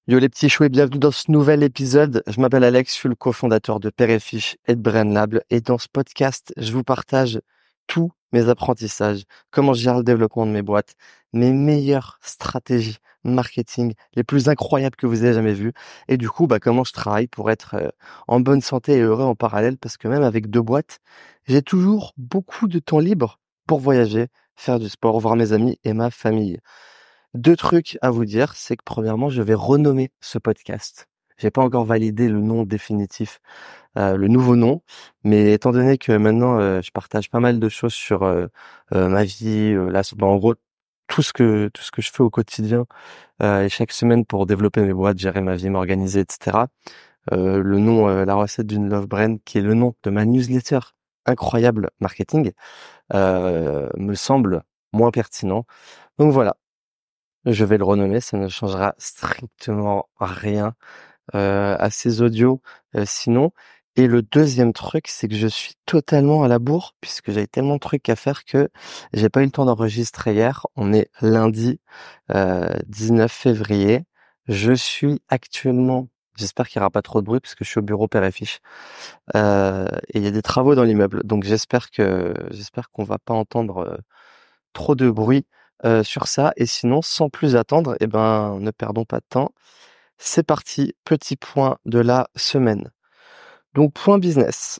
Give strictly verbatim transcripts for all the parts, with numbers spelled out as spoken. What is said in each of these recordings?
Yo les petits choux et bienvenue dans ce nouvel épisode. Je m'appelle Alex, je suis le cofondateur de Père et Fiche et de BrainLab. Et dans ce podcast, je vous partage tous mes apprentissages, comment je gère le développement de mes boîtes, mes meilleures stratégies marketing, les plus incroyables que vous ayez jamais vues. Et du coup, bah, comment je travaille pour être euh, en bonne santé et heureux en parallèle. Parce que même avec deux boîtes, j'ai toujours beaucoup de temps libre pour voyager, faire du sport, voir mes amis et ma famille. Deux trucs à vous dire, c'est que premièrement, je vais renommer ce podcast. J'ai pas encore validé le nom définitif, euh, le nouveau nom, mais étant donné que maintenant euh, je partage pas mal de choses sur euh, euh, ma vie, euh, là, bah, en gros tout ce que tout ce que je fais au quotidien euh, et chaque semaine pour développer mes boîtes, gérer ma vie, m'organiser, et cetera. Euh, le nom, euh, la recette d'une love brand, qui est le nom de ma newsletter incroyable marketing, euh, me semble moins pertinent. Donc voilà. Je vais le renommer, ça ne changera strictement rien euh, à ces audios euh, sinon. Et le deuxième truc, c'est que je suis totalement à la bourre puisque j'avais tellement de trucs à faire que j'ai pas eu le temps d'enregistrer hier. On est lundi euh, dix-neuf février. Je suis actuellement, j'espère qu'il n'y aura pas trop de bruit parce que je suis au bureau Père et Fiche. Euh, et il y a des travaux dans l'immeuble, donc j'espère que j'espère qu'on va pas entendre euh, trop de bruit euh, sur ça. Et sinon, sans plus attendre, eh ben, ne perdons pas de temps. C'est parti, petit point de la semaine. Donc, point business.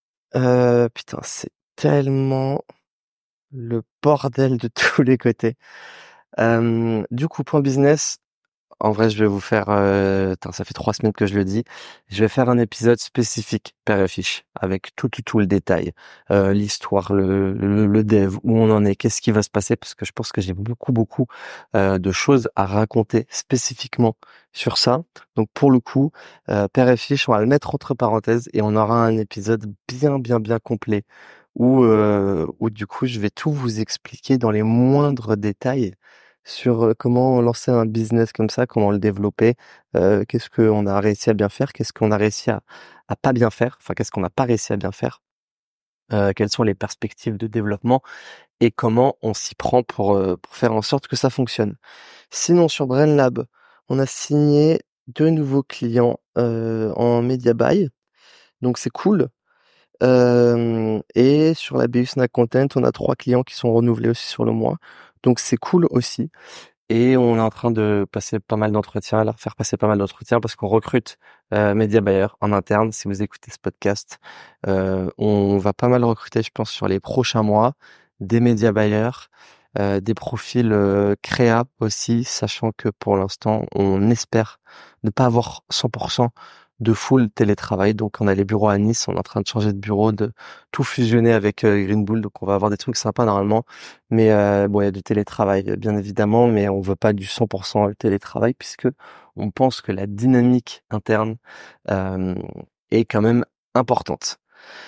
Euh, putain, c'est tellement le bordel de tous les côtés. Euh, du coup, point business. En vrai, je vais vous faire, euh, tain, ça fait trois semaines que je le dis, je vais faire un épisode spécifique Père et Fiche, avec tout, tout, tout le détail, euh, l'histoire, le, le, le dev, où on en est, qu'est-ce qui va se passer, parce que je pense que j'ai beaucoup, beaucoup euh, de choses à raconter spécifiquement sur ça. Donc pour le coup, euh, Père et Fiche, on va le mettre entre parenthèses et on aura un épisode bien, bien, bien complet où, euh, où du coup, je vais tout vous expliquer dans les moindres détails sur euh, comment lancer un business comme ça, comment le développer, euh, qu'est-ce qu'on a réussi à bien faire, qu'est-ce qu'on a réussi à, à pas bien faire, enfin qu'est-ce qu'on n'a pas réussi à bien faire, euh, quelles sont les perspectives de développement et comment on s'y prend pour, euh, pour faire en sorte que ça fonctionne. Sinon, sur BrainLab, on a signé deux nouveaux clients euh, en media buy, donc c'est cool. Euh, et sur la B U Snack Content, on a trois clients qui sont renouvelés aussi sur le mois, donc c'est cool aussi. Et on est en train de passer pas mal d'entretiens, là, faire passer pas mal d'entretiens parce qu'on recrute euh, Media Buyer en interne. Si vous écoutez ce podcast, euh, on va pas mal recruter, je pense, sur les prochains mois, des Media Buyers, euh, des profils euh, créa aussi, sachant que pour l'instant, on espère ne pas avoir cent pour cent de full télétravail. Donc, on a les bureaux à Nice, on est en train de changer de bureau, de tout fusionner avec euh, Green Bull. Donc, on va avoir des trucs sympas normalement. Mais euh, bon, il y a du télétravail, bien évidemment, mais on veut pas du cent pour cent télétravail puisque on pense que la dynamique interne euh, est quand même importante.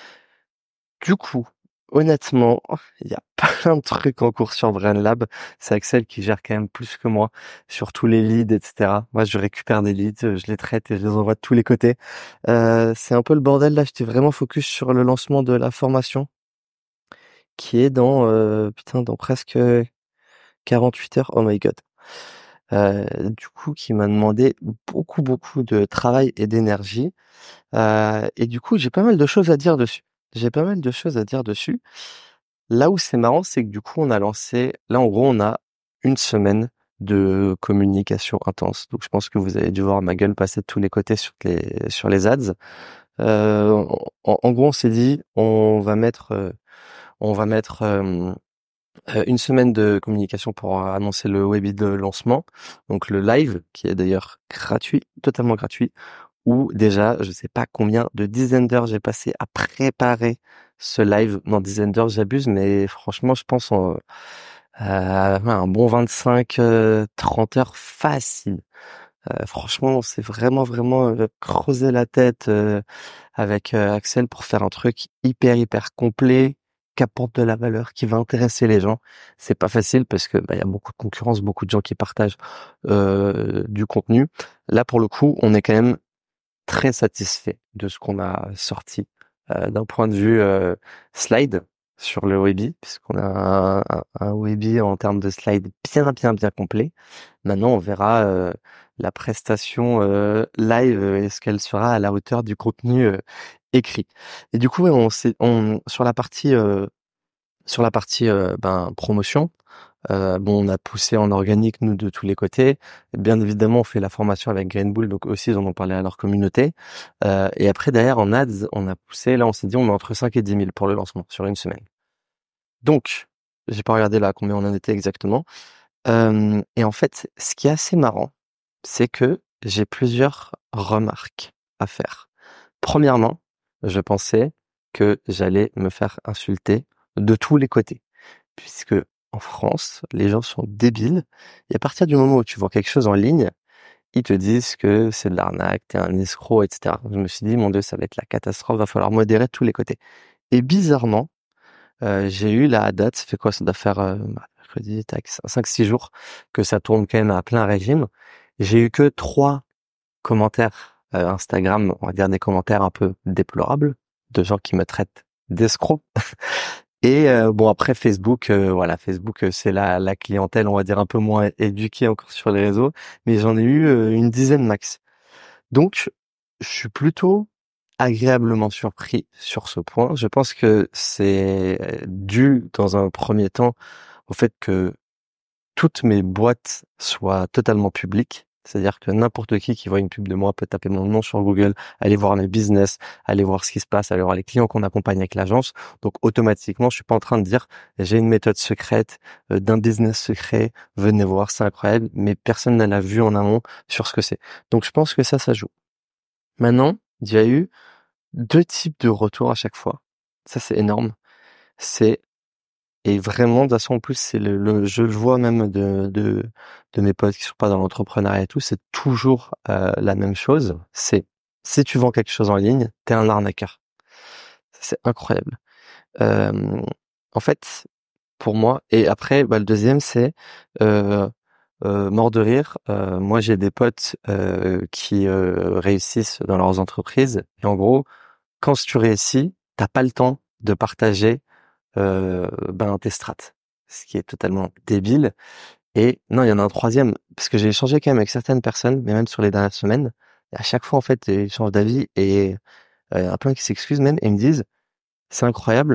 Du coup, honnêtement, il y a plein de trucs en cours sur BrainLab. C'est Axel qui gère quand même plus que moi sur tous les leads, et cetera. Moi, je récupère des leads, je les traite et je les envoie de tous les côtés. Euh, c'est un peu le bordel là. J'étais vraiment focus sur le lancement de la formation qui est dans euh, putain dans presque quarante-huit heures. Oh my god. Euh, du coup, qui m'a demandé beaucoup, beaucoup de travail et d'énergie. Euh, et du coup, j'ai pas mal de choses à dire dessus. J'ai pas mal de choses à dire dessus. Là où c'est marrant, c'est que du coup, on a lancé, là, en gros, on a une semaine de communication intense. Donc, je pense que vous avez dû voir ma gueule passer de tous les côtés sur les, sur les ads. Euh, en, en gros, on s'est dit, on va mettre, euh, on va mettre, euh, euh, une semaine de communication pour euh, annoncer le webinar de lancement, donc le live, qui est d'ailleurs gratuit, totalement gratuit, où déjà, je sais pas combien de dizaines d'heures j'ai passé à préparer ce live. Non, dizaines d'heures, j'abuse, mais franchement, je pense en, euh, ouais, un bon vingt-cinq, euh, trente heures facile. Euh, franchement, on s'est vraiment, vraiment euh, creusé la tête euh, avec euh, Axel pour faire un truc hyper, hyper complet, qui apporte de la valeur, qui va intéresser les gens. C'est pas facile parce que bah, y a beaucoup de concurrence, beaucoup de gens qui partagent euh, du contenu. Là, pour le coup, on est quand même très satisfait de ce qu'on a sorti euh, d'un point de vue euh, slide. sur le Webi, puisqu'on a un, un, un Webi en termes de slides bien, bien, bien complet. Maintenant, on verra euh, la prestation euh, live, euh, est-ce qu'elle sera à la hauteur du contenu euh, écrit. Et du coup, ouais, on, s'est- on sur la partie euh, sur la partie euh, ben, promotion. Euh, bon, on a poussé en organique, nous, de tous les côtés. Bien évidemment, on fait la formation avec Green Bull, donc aussi, ils en ont parlé à leur communauté. Euh, et après, derrière, en ads, on a poussé. Là, on s'est dit, on met entre cinq et dix mille pour le lancement, sur une semaine. Donc, j'ai pas regardé là combien on en était exactement. Euh, et en fait, ce qui est assez marrant, c'est que j'ai plusieurs remarques à faire. Premièrement, je pensais que j'allais me faire insulter de tous les côtés, puisque en France, les gens sont débiles. Et à partir du moment où tu vois quelque chose en ligne, ils te disent que c'est de l'arnaque, t'es un escroc, et cetera. Je me suis dit, mon Dieu, ça va être la catastrophe, va falloir modérer de tous les côtés. Et bizarrement, euh, j'ai eu la date, ça fait quoi? Ça doit faire euh, bah, mercredi, tac, cinq six jours que ça tourne quand même à plein régime. J'ai eu que trois commentaires euh, Instagram, on va dire des commentaires un peu déplorables, de gens qui me traitent d'escroc. Et euh, bon, après Facebook, euh, voilà, Facebook, euh, c'est la, la clientèle, on va dire un peu moins éduquée encore sur les réseaux, mais j'en ai eu euh, une dizaine max. Donc, je suis plutôt agréablement surpris sur ce point. Je pense que c'est euh, dû, dans un premier temps, au fait que toutes mes boîtes soient totalement publiques. C'est-à-dire que n'importe qui qui voit une pub de moi peut taper mon nom sur Google, aller voir mes business, aller voir ce qui se passe, aller voir les clients qu'on accompagne avec l'agence. Donc automatiquement, je suis pas en train de dire j'ai une méthode secrète euh, d'un business secret, venez voir, c'est incroyable, mais personne ne l'a vu en amont sur ce que c'est. Donc je pense que ça, ça joue. Maintenant, il y a eu deux types de retours à chaque fois. Ça, c'est énorme. C'est Et vraiment, de toute façon, en plus, c'est le, le je le vois même de, de, de mes potes qui sont pas dans l'entrepreneuriat et tout, c'est toujours euh, la même chose. C'est, si tu vends quelque chose en ligne, t'es un arnaqueur. C'est incroyable. Euh, En fait, pour moi, et après, bah, le deuxième, c'est euh, euh, mort de rire. Euh, moi, j'ai des potes euh, qui euh, réussissent dans leurs entreprises. Et en gros, quand tu réussis, t'as pas le temps de partager euh, ben tes strates, ce qui est totalement débile. Et non, il y en a un troisième, parce que j'ai échangé quand même avec certaines personnes, mais même sur les dernières semaines, et à chaque fois en fait, ils changent d'avis et euh, un plein qui s'excusent même et ils me disent, c'est incroyable,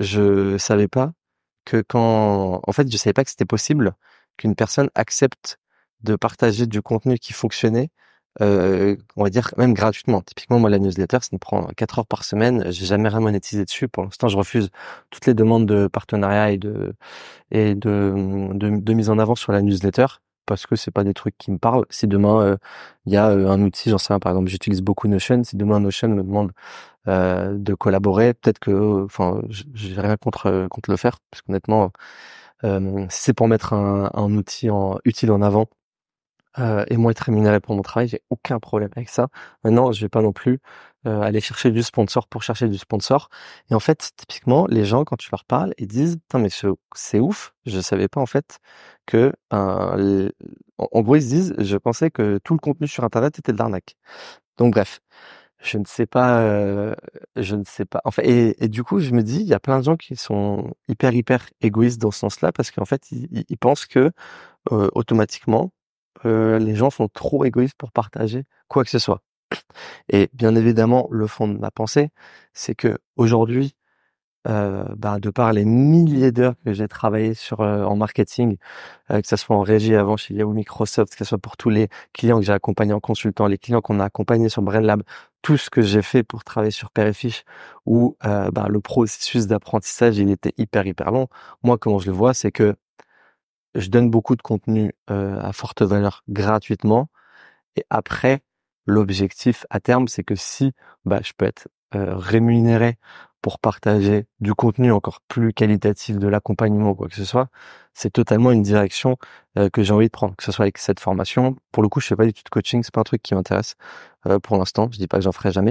je savais pas que quand, en fait, je savais pas que c'était possible qu'une personne accepte de partager du contenu qui fonctionnait, euh, on va dire même gratuitement. Typiquement, moi, la newsletter, ça me prend quatre heures par semaine. J'ai jamais rien monétisé dessus. Pour l'instant, je refuse toutes les demandes de partenariat et de et de de, de mise en avant sur la newsletter parce que c'est pas des trucs qui me parlent. Si demain euh, il y a euh, un outil, j'en sais rien, par exemple, j'utilise beaucoup Notion. Si demain Notion me demande euh, de collaborer, peut-être que, enfin, j'ai rien contre euh, contre le faire, parce qu'honnêtement, euh, si c'est pour mettre un, un outil en, utile en avant euh, et moi être rémunéré pour mon travail, j'ai aucun problème avec ça. Maintenant, je vais pas non plus euh, aller chercher du sponsor pour chercher du sponsor. Et en fait, typiquement, les gens quand tu leur parles, ils disent, putain mais c'est c'est ouf, je savais pas en fait que, euh, l- en en gros ils se disent, je pensais que tout le contenu sur Internet était de l'arnaque. Donc bref. Je ne sais pas, heu, je ne sais pas. Enfin et et du coup, je me dis, il y a plein de gens qui sont hyper, hyper égoïstes dans ce sens-là parce qu'en fait, ils ils ils pensent que, heu, automatiquement, heu, les gens sont trop égoïstes pour partager quoi que ce soit. Et bien évidemment, le fond de ma pensée, c'est qu'aujourd'hui, heu, bah, de par les milliers d'heures que j'ai travaillé sur, heu, en marketing, heu, que ça soit en régie avant chez Yahoo, Microsoft, que ce soit pour tous les clients que j'ai accompagnés en consultant, les clients qu'on a accompagnés sur BrainLab, tout ce que j'ai fait pour travailler sur Père et Fiche où, heu, bah, le processus d'apprentissage, il était hyper, hyper long. Moi, comment je le vois, c'est que je donne beaucoup de contenu, heu, à forte valeur gratuitement et après, l'objectif à terme, c'est que si, bah, je peux être euh, rémunéré pour partager du contenu encore plus qualitatif, de l'accompagnement ou quoi que ce soit, c'est totalement une direction euh, que j'ai envie de prendre, que ce soit avec cette formation. Pour le coup, je fais pas du tout de coaching, c'est pas un truc qui m'intéresse euh, pour l'instant. Je dis pas que j'en ferai jamais.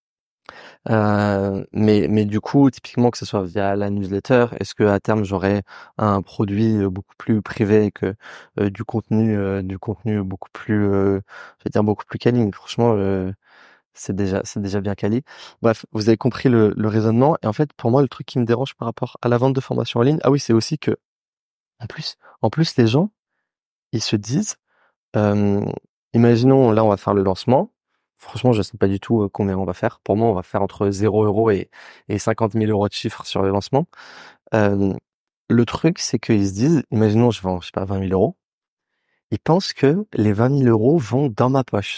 Euh, mais, mais du coup, typiquement que ce soit via la newsletter, est-ce que à terme j'aurai un produit euh, beaucoup plus privé que euh, du contenu, euh, du contenu beaucoup plus, euh, je vais dire beaucoup plus quali. Franchement, euh, c'est déjà, c'est déjà bien quali. Bref, vous avez compris le, le raisonnement. Et en fait, pour moi, le truc qui me dérange par rapport à la vente de formation en ligne, ah oui, c'est aussi que, en plus, en plus, les gens, ils se disent, euh, imaginons, là, on va faire le lancement. Franchement, je sais pas du tout euh, combien on va faire. Pour moi, on va faire entre zéro euros et, et cinquante mille euros de chiffre sur le lancement. Euh, le truc, c'est qu'ils se disent, imaginons, je vends, je sais pas, vingt mille euros. Ils pensent que les vingt mille euros vont dans ma poche.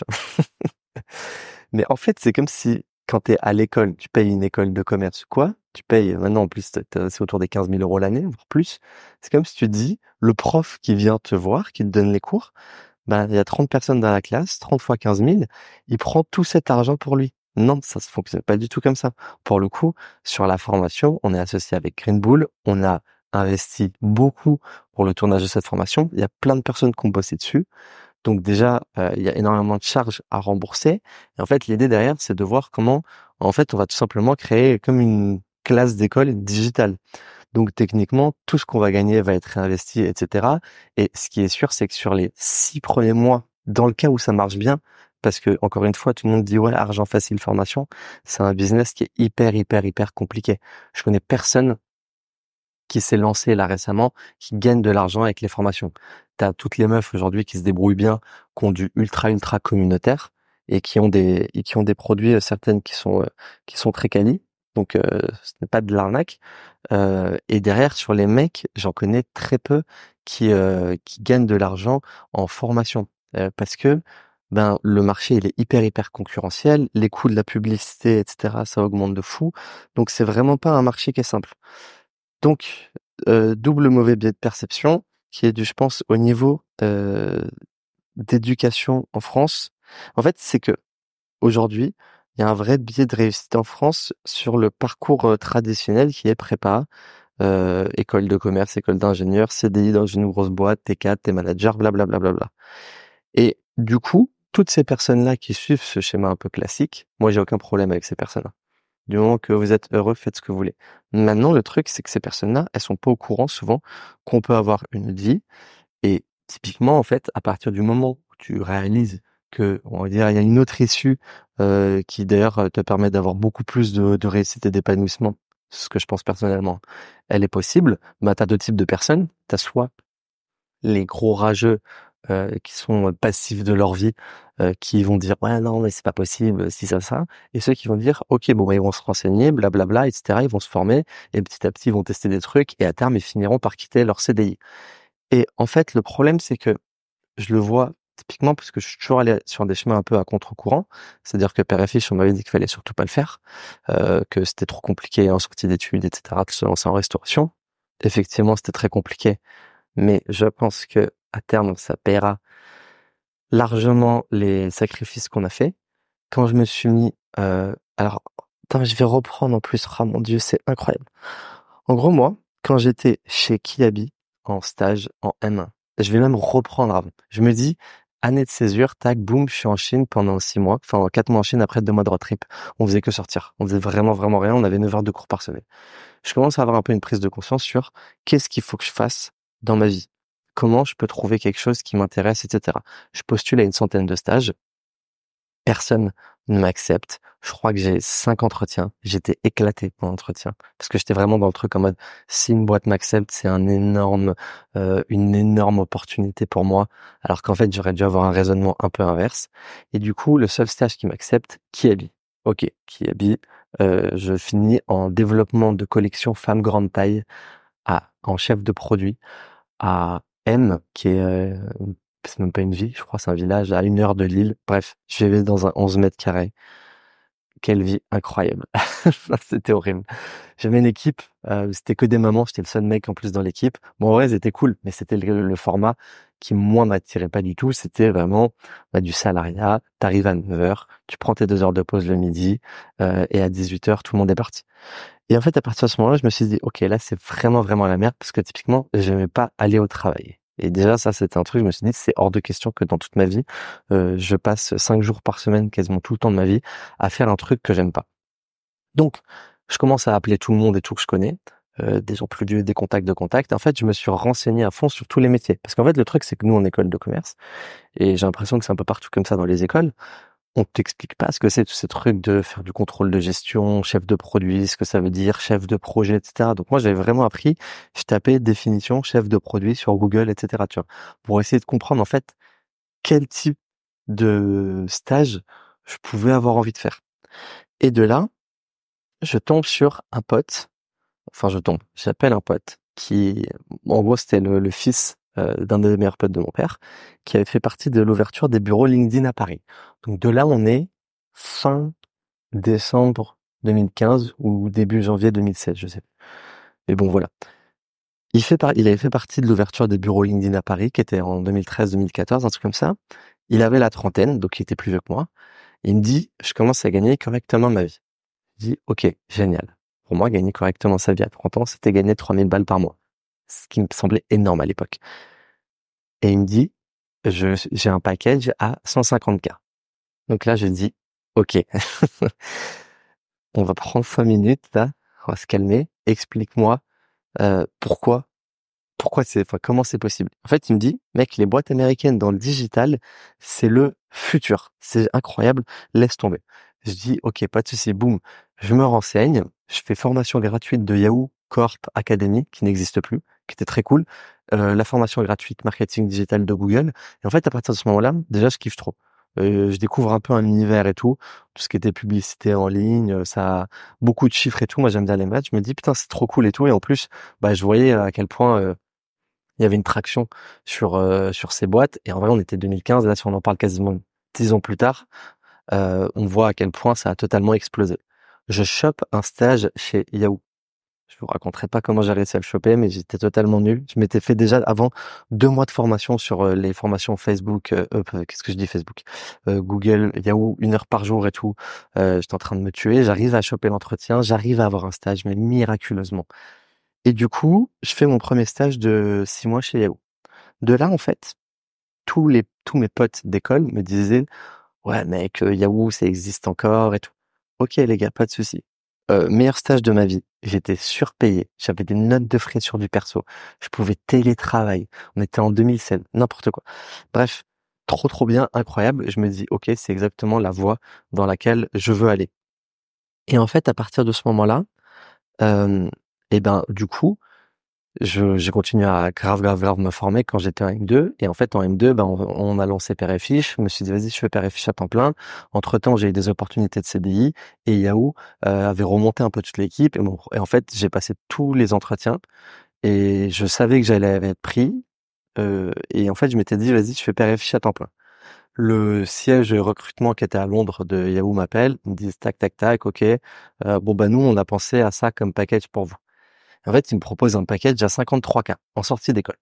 Mais en fait, c'est comme si, quand tu es à l'école, tu payes une école de commerce, quoi, tu payes, maintenant, en plus, t'as- t'as- c'est autour des quinze mille euros l'année, voire plus. C'est comme si tu dis, le prof qui vient te voir, qui te donne les cours, ben, il y a trente personnes dans la classe, trente fois quinze mille, il prend tout cet argent pour lui. Non, ça se fonctionne pas du tout comme ça. Pour le coup, sur la formation, on est associé avec Green Bull, on a investi beaucoup pour le tournage de cette formation. Il y a plein de personnes qui ont bossé dessus. Donc déjà, euh, il y a énormément de charges à rembourser. Et en fait, l'idée derrière, c'est de voir comment, en fait, on va tout simplement créer comme une classe d'école digitale. Donc techniquement, tout ce qu'on va gagner va être réinvesti, et cetera. Et ce qui est sûr, c'est que sur les six premiers mois, dans le cas où ça marche bien, parce que encore une fois, tout le monde dit ouais, argent facile, formation, c'est un business qui est hyper, hyper, hyper compliqué. Je connais personne qui s'est lancé là récemment, qui gagne de l'argent avec les formations. T'as toutes les meufs aujourd'hui qui se débrouillent bien, qui ont du ultra ultra communautaire et qui ont des et qui ont des produits euh, certaines qui sont euh, qui sont très quali. Donc euh, ce n'est pas de l'arnaque. Euh, et derrière sur les mecs, j'en connais très peu qui euh, qui gagnent de l'argent en formation. Euh, parce que ben le marché il est hyper hyper concurrentiel, les coûts de la publicité et cetera ça augmente de fou. Donc c'est vraiment pas un marché qui est simple. Donc, euh, double mauvais biais de perception, qui est dû, je pense, au niveau euh, d'éducation en France. En fait, c'est que aujourd'hui, il y a un vrai biais de réussite en France sur le parcours euh, traditionnel qui est prépa, euh, école de commerce, école d'ingénieur, C D I dans une grosse boîte, T quatre, t'es manager, blablabla. Bla, bla, bla. Et du coup, toutes ces personnes-là qui suivent ce schéma un peu classique, moi, j'ai aucun problème avec ces personnes-là. Du moment que vous êtes heureux, faites ce que vous voulez. Maintenant, le truc, c'est que ces personnes-là, elles sont pas au courant souvent qu'on peut avoir une vie. Et typiquement, en fait, à partir du moment où tu réalises que, on va dire, il y a une autre issue euh, qui d'ailleurs te permet d'avoir beaucoup plus de, de réussite et d'épanouissement, ce que je pense personnellement, elle est possible. Bah, t'as deux types de personnes. T'as soit les gros rageux euh, qui sont passifs de leur vie, euh, qui vont dire ouais non mais c'est pas possible si ça ça, et ceux qui vont dire ok bon bah, ils vont se renseigner blablabla et cetera, ils vont se former et petit à petit ils vont tester des trucs et à terme ils finiront par quitter leur C D I. Et en fait le problème c'est que je le vois typiquement parce que je suis toujours allé sur des chemins un peu à contre-courant, c'est-à-dire que père et fils on m'avait dit qu'il fallait surtout pas le faire, euh, que c'était trop compliqué en sortie d'études et cetera de se lancer en restauration. Effectivement c'était très compliqué, mais je pense que à terme ça paiera largement les sacrifices qu'on a fait. Quand je me suis mis, euh, alors, attends, mais je vais reprendre en plus. Ah mon Dieu, c'est incroyable. En gros, moi, quand j'étais chez Kiabi en stage en M un, je vais même reprendre avant. Je me dis, année de césure, tac, boum, je suis en Chine pendant six mois, enfin quatre mois en Chine après deux mois de road trip. On faisait que sortir. On faisait vraiment, vraiment rien. On avait neuf heures de cours par semaine. Je commence à avoir un peu une prise de conscience sur qu'est-ce qu'il faut que je fasse dans ma vie. Comment je peux trouver quelque chose qui m'intéresse, et cetera. Je postule à une centaine de stages. Personne ne m'accepte. Je crois que j'ai cinq entretiens. J'étais éclaté pour l'entretien parce que j'étais vraiment dans le truc en mode si une boîte m'accepte, c'est un énorme, euh, une énorme opportunité pour moi. Alors qu'en fait, j'aurais dû avoir un raisonnement un peu inverse. Et du coup, le seul stage qui m'accepte, Kiabi. Ok, Kiabi. Euh, je finis en développement de collection femmes grande taille à en chef de produit à M, qui est euh, c'est même pas une ville, je crois, c'est un village à une heure de Lille. Bref, je vivais dans un onze mètres carrés. Quelle vie incroyable. C'était horrible. J'avais une équipe, euh, c'était que des mamans, j'étais le seul mec en plus dans l'équipe. Bon, en vrai, c'était cool, mais c'était le, le format qui, moi, m'attirait pas du tout. C'était vraiment bah, du salariat. T'arrives à neuf heures, tu prends tes deux heures de pause le midi, euh, et à dix-huit heures, tout le monde est parti. Et en fait, à partir de ce moment-là, je me suis dit, ok, là, c'est vraiment, vraiment la merde, parce que typiquement, j'aimais pas aller au travail. Et déjà, ça, c'était un truc, je me suis dit, c'est hors de question que dans toute ma vie, euh, je passe cinq jours par semaine, quasiment tout le temps de ma vie, à faire un truc que j'aime pas. Donc, je commence à appeler tout le monde et tout que je connais, euh, des gens plus vieux, des contacts de contacts. En fait, je me suis renseigné à fond sur tous les métiers. Parce qu'en fait, le truc, c'est que nous, en école de commerce, et j'ai l'impression que c'est un peu partout comme ça dans les écoles, on t'explique pas ce que c'est tous ces trucs de faire du contrôle de gestion, chef de produit, ce que ça veut dire, chef de projet, et cetera. Donc moi, j'avais vraiment appris, je tapais définition chef de produit sur Google, et cetera, tu vois, pour essayer de comprendre, en fait, quel type de stage je pouvais avoir envie de faire. Et de là, je tombe sur un pote, enfin, je tombe, j'appelle un pote qui, en gros, c'était le, le fils euh, d'un des meilleurs potes de mon père, qui avait fait partie de l'ouverture des bureaux LinkedIn à Paris. Donc de là, on est fin décembre deux mille quinze ou début janvier deux mille seize, je sais plus. Mais bon, voilà. Il fait par... il avait fait partie de l'ouverture des bureaux LinkedIn à Paris, qui était en deux mille treize deux mille quatorze, un truc comme ça. Il avait la trentaine, donc il était plus vieux que moi. Il me dit, je commence à gagner correctement ma vie. Je dis, ok, génial. Pour moi, gagner correctement sa vie à trente ans, c'était gagner trois mille balles par mois. Ce qui me semblait énorme à l'époque. Et il me dit, je, j'ai un package à cent cinquante K. Donc là, je dis, ok. On va prendre cinq minutes, là. On va se calmer. Explique-moi, euh, pourquoi, pourquoi c'est, enfin, comment c'est possible. En fait, il me dit, mec, les boîtes américaines dans le digital, c'est le futur. C'est incroyable. Laisse tomber. Je dis, ok, pas de souci. Boum. Je me renseigne. Je fais formation gratuite de Yahoo Corp Academy, qui n'existe plus, qui était très cool. Euh, la formation gratuite marketing digital de Google. Et en fait, à partir de ce moment-là, déjà, je kiffe trop. Euh, je découvre un peu un univers et tout, tout ce qui était publicité en ligne, euh, ça a beaucoup de chiffres et tout. Moi, j'aime bien les maths. Je me dis, putain, c'est trop cool et tout. Et en plus, bah, je voyais à quel point euh, il y avait une traction sur euh, sur ces boîtes. Et en vrai, on était deux mille quinze. Là, si on en parle quasiment dix ans plus tard, euh, on voit à quel point ça a totalement explosé. Je chope un stage chez Yahoo. Je vous raconterai pas comment j'ai réussi à le choper, mais j'étais totalement nul. Je m'étais fait déjà avant deux mois de formation sur euh, les formations Facebook, euh, euh, qu'est-ce que je dis Facebook, euh, Google, Yahoo, une heure par jour et tout. Euh, j'étais en train de me tuer. J'arrive à choper l'entretien, j'arrive à avoir un stage, mais miraculeusement. Et du coup, je fais mon premier stage de six mois chez Yahoo. De là, en fait, tous les tous mes potes d'école me disaient ouais mec, euh, Yahoo, ça existe encore et tout. Ok les gars, pas de souci. Euh, meilleur stage de ma vie. J'étais surpayé. J'avais des notes de frais sur du perso. Je pouvais télétravailler. On était en deux mille seize, n'importe quoi. Bref, trop trop bien, incroyable. Je me dis ok, c'est exactement la voie dans laquelle je veux aller. Et en fait, à partir de ce moment-là, euh, et ben du coup, je, j'ai continué à grave, grave, grave me former quand j'étais en M deux. Et en fait, en M deux, ben, on, on a lancé Père et Fiche. Je me suis dit, vas-y, je fais Père et Fiche à temps plein. Entre temps, j'ai eu des opportunités de C D I et Yahoo euh, avait remonté un peu toute l'équipe. Et, bon, et en fait, j'ai passé tous les entretiens et je savais que j'allais être pris. Euh, et en fait, je m'étais dit, vas-y, je fais Père et Fiche à temps plein. Le siège recrutement qui était à Londres de Yahoo m'appelle. Ils me disent, tac, tac, tac, ok. Euh, bon, bah, nous, on a pensé à ça comme package pour vous. En fait, il me propose un package à cinquante-trois K en sortie d'école.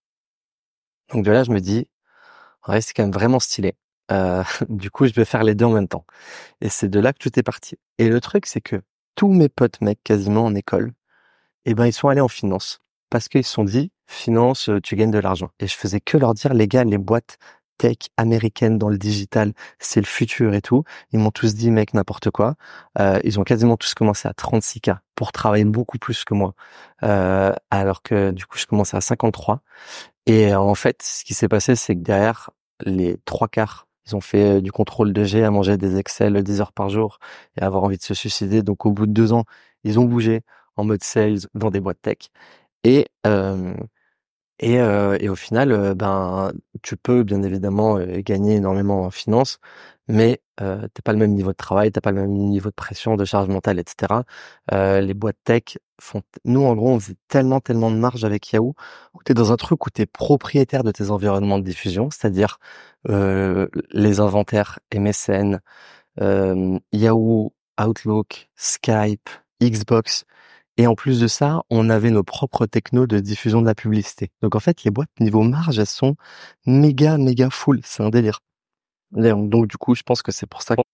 Donc de là, je me dis, ouais, c'est quand même vraiment stylé. Euh, du coup, je vais faire les deux en même temps. Et c'est de là que tout est parti. Et le truc, c'est que tous mes potes mecs, quasiment en école, eh ben, ils sont allés en finance. Parce qu'ils se sont dit, finance, euh, tu gagnes de l'argent. Et je faisais que leur dire, les gars, les boîtes tech américaines dans le digital, c'est le futur et tout. Ils m'ont tous dit, mec, n'importe quoi. Euh, ils ont quasiment tous commencé à trente-six K pour travailler beaucoup plus que moi. Euh, alors que du coup, je commençais à cinquante-trois. Et euh, en fait, ce qui s'est passé, c'est que derrière, les trois quarts, ils ont fait euh, du contrôle de G, à manger des Excel dix heures par jour et avoir envie de se suicider. Donc, au bout de deux ans, ils ont bougé en mode sales dans des boîtes tech. Et, euh, et, euh, et au final, euh, ben, tu peux bien évidemment euh, gagner énormément en finance, mais euh, t'as pas le même niveau de travail, t'as pas le même niveau de pression, de charge mentale, et cetera. Euh, les boîtes tech font. Nous, en gros, on faisait tellement, tellement de marge avec Yahoo, où t'es dans un truc où t'es propriétaire de tes environnements de diffusion, c'est-à-dire euh, les inventaires M S N, euh, Yahoo, Outlook, Skype, Xbox. Et en plus de ça, on avait nos propres technos de diffusion de la publicité. Donc en fait, les boîtes niveau marge, elles sont méga, méga full. C'est un délire. Donc, donc, du coup, je pense que c'est pour ça,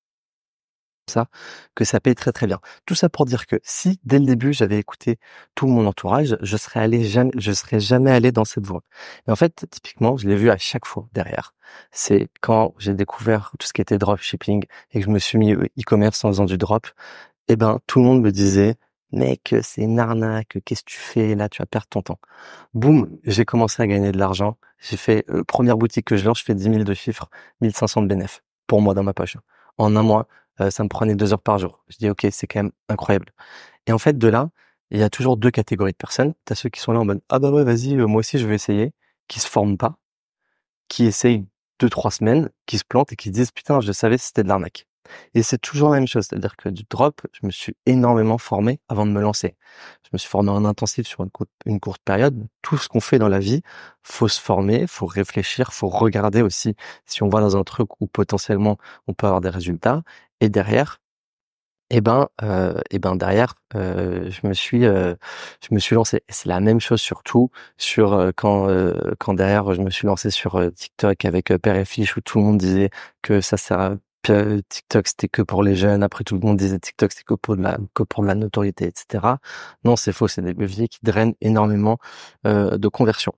ça que ça paye très très bien. Tout ça pour dire que si dès le début j'avais écouté tout mon entourage, je serais allé jamais, je serais jamais allé dans cette voie. Et en fait, typiquement, je l'ai vu à chaque fois derrière. C'est quand j'ai découvert tout ce qui était dropshipping et que je me suis mis au e-commerce en faisant du drop. Eh ben, tout le monde me disait, mec, c'est une arnaque, qu'est-ce que tu fais là, tu vas perdre ton temps. Boum, j'ai commencé à gagner de l'argent. J'ai fait, euh, première boutique que je lance, je fais dix mille de chiffres, mille cinq cents de bénéf pour moi dans ma poche. En un mois, euh, ça me prenait deux heures par jour. Je dis, OK, c'est quand même incroyable. Et en fait, de là, il y a toujours deux catégories de personnes. T'as ceux qui sont là en mode, ah bah ouais, vas-y, euh, moi aussi je vais essayer, qui se forment pas, qui essayent deux, trois semaines, qui se plantent et qui se disent, putain, je savais que c'était de l'arnaque. Et c'est toujours la même chose. C'est-à-dire que du drop, je me suis énormément formé avant de me lancer. Je me suis formé en intensif sur une, courte, une courte période. Tout ce qu'on fait dans la vie, faut se former, faut réfléchir, faut regarder aussi si on va dans un truc où potentiellement on peut avoir des résultats. Et derrière, et ben, heu et ben derrière, heu, je me suis, heu, je me suis lancé. Et c'est la même chose surtout sur, heu, quand, heu, quand derrière je me suis lancé sur, heu, TikTok avec, heu, Père et Fiche où tout le monde disait que ça sert à que TikTok c'était que pour les jeunes. Après tout le monde disait TikTok c'était que pour de la que pour de la notoriété et cetera. Non, c'est faux, c'est des leviers qui drainent énormément, heu, de conversions.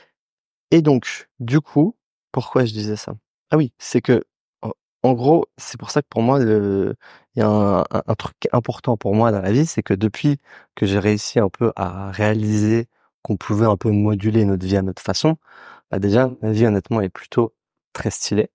Et donc, du coup, pourquoi je disais ça? Ah oui, c'est que, en en gros, c'est pour ça que pour moi, le il y a un un un truc important pour moi dans la vie, c'est que depuis que j'ai réussi un peu à réaliser qu'on pouvait un peu moduler notre vie à notre façon, bah, déjà, ma vie honnêtement est plutôt très stylée.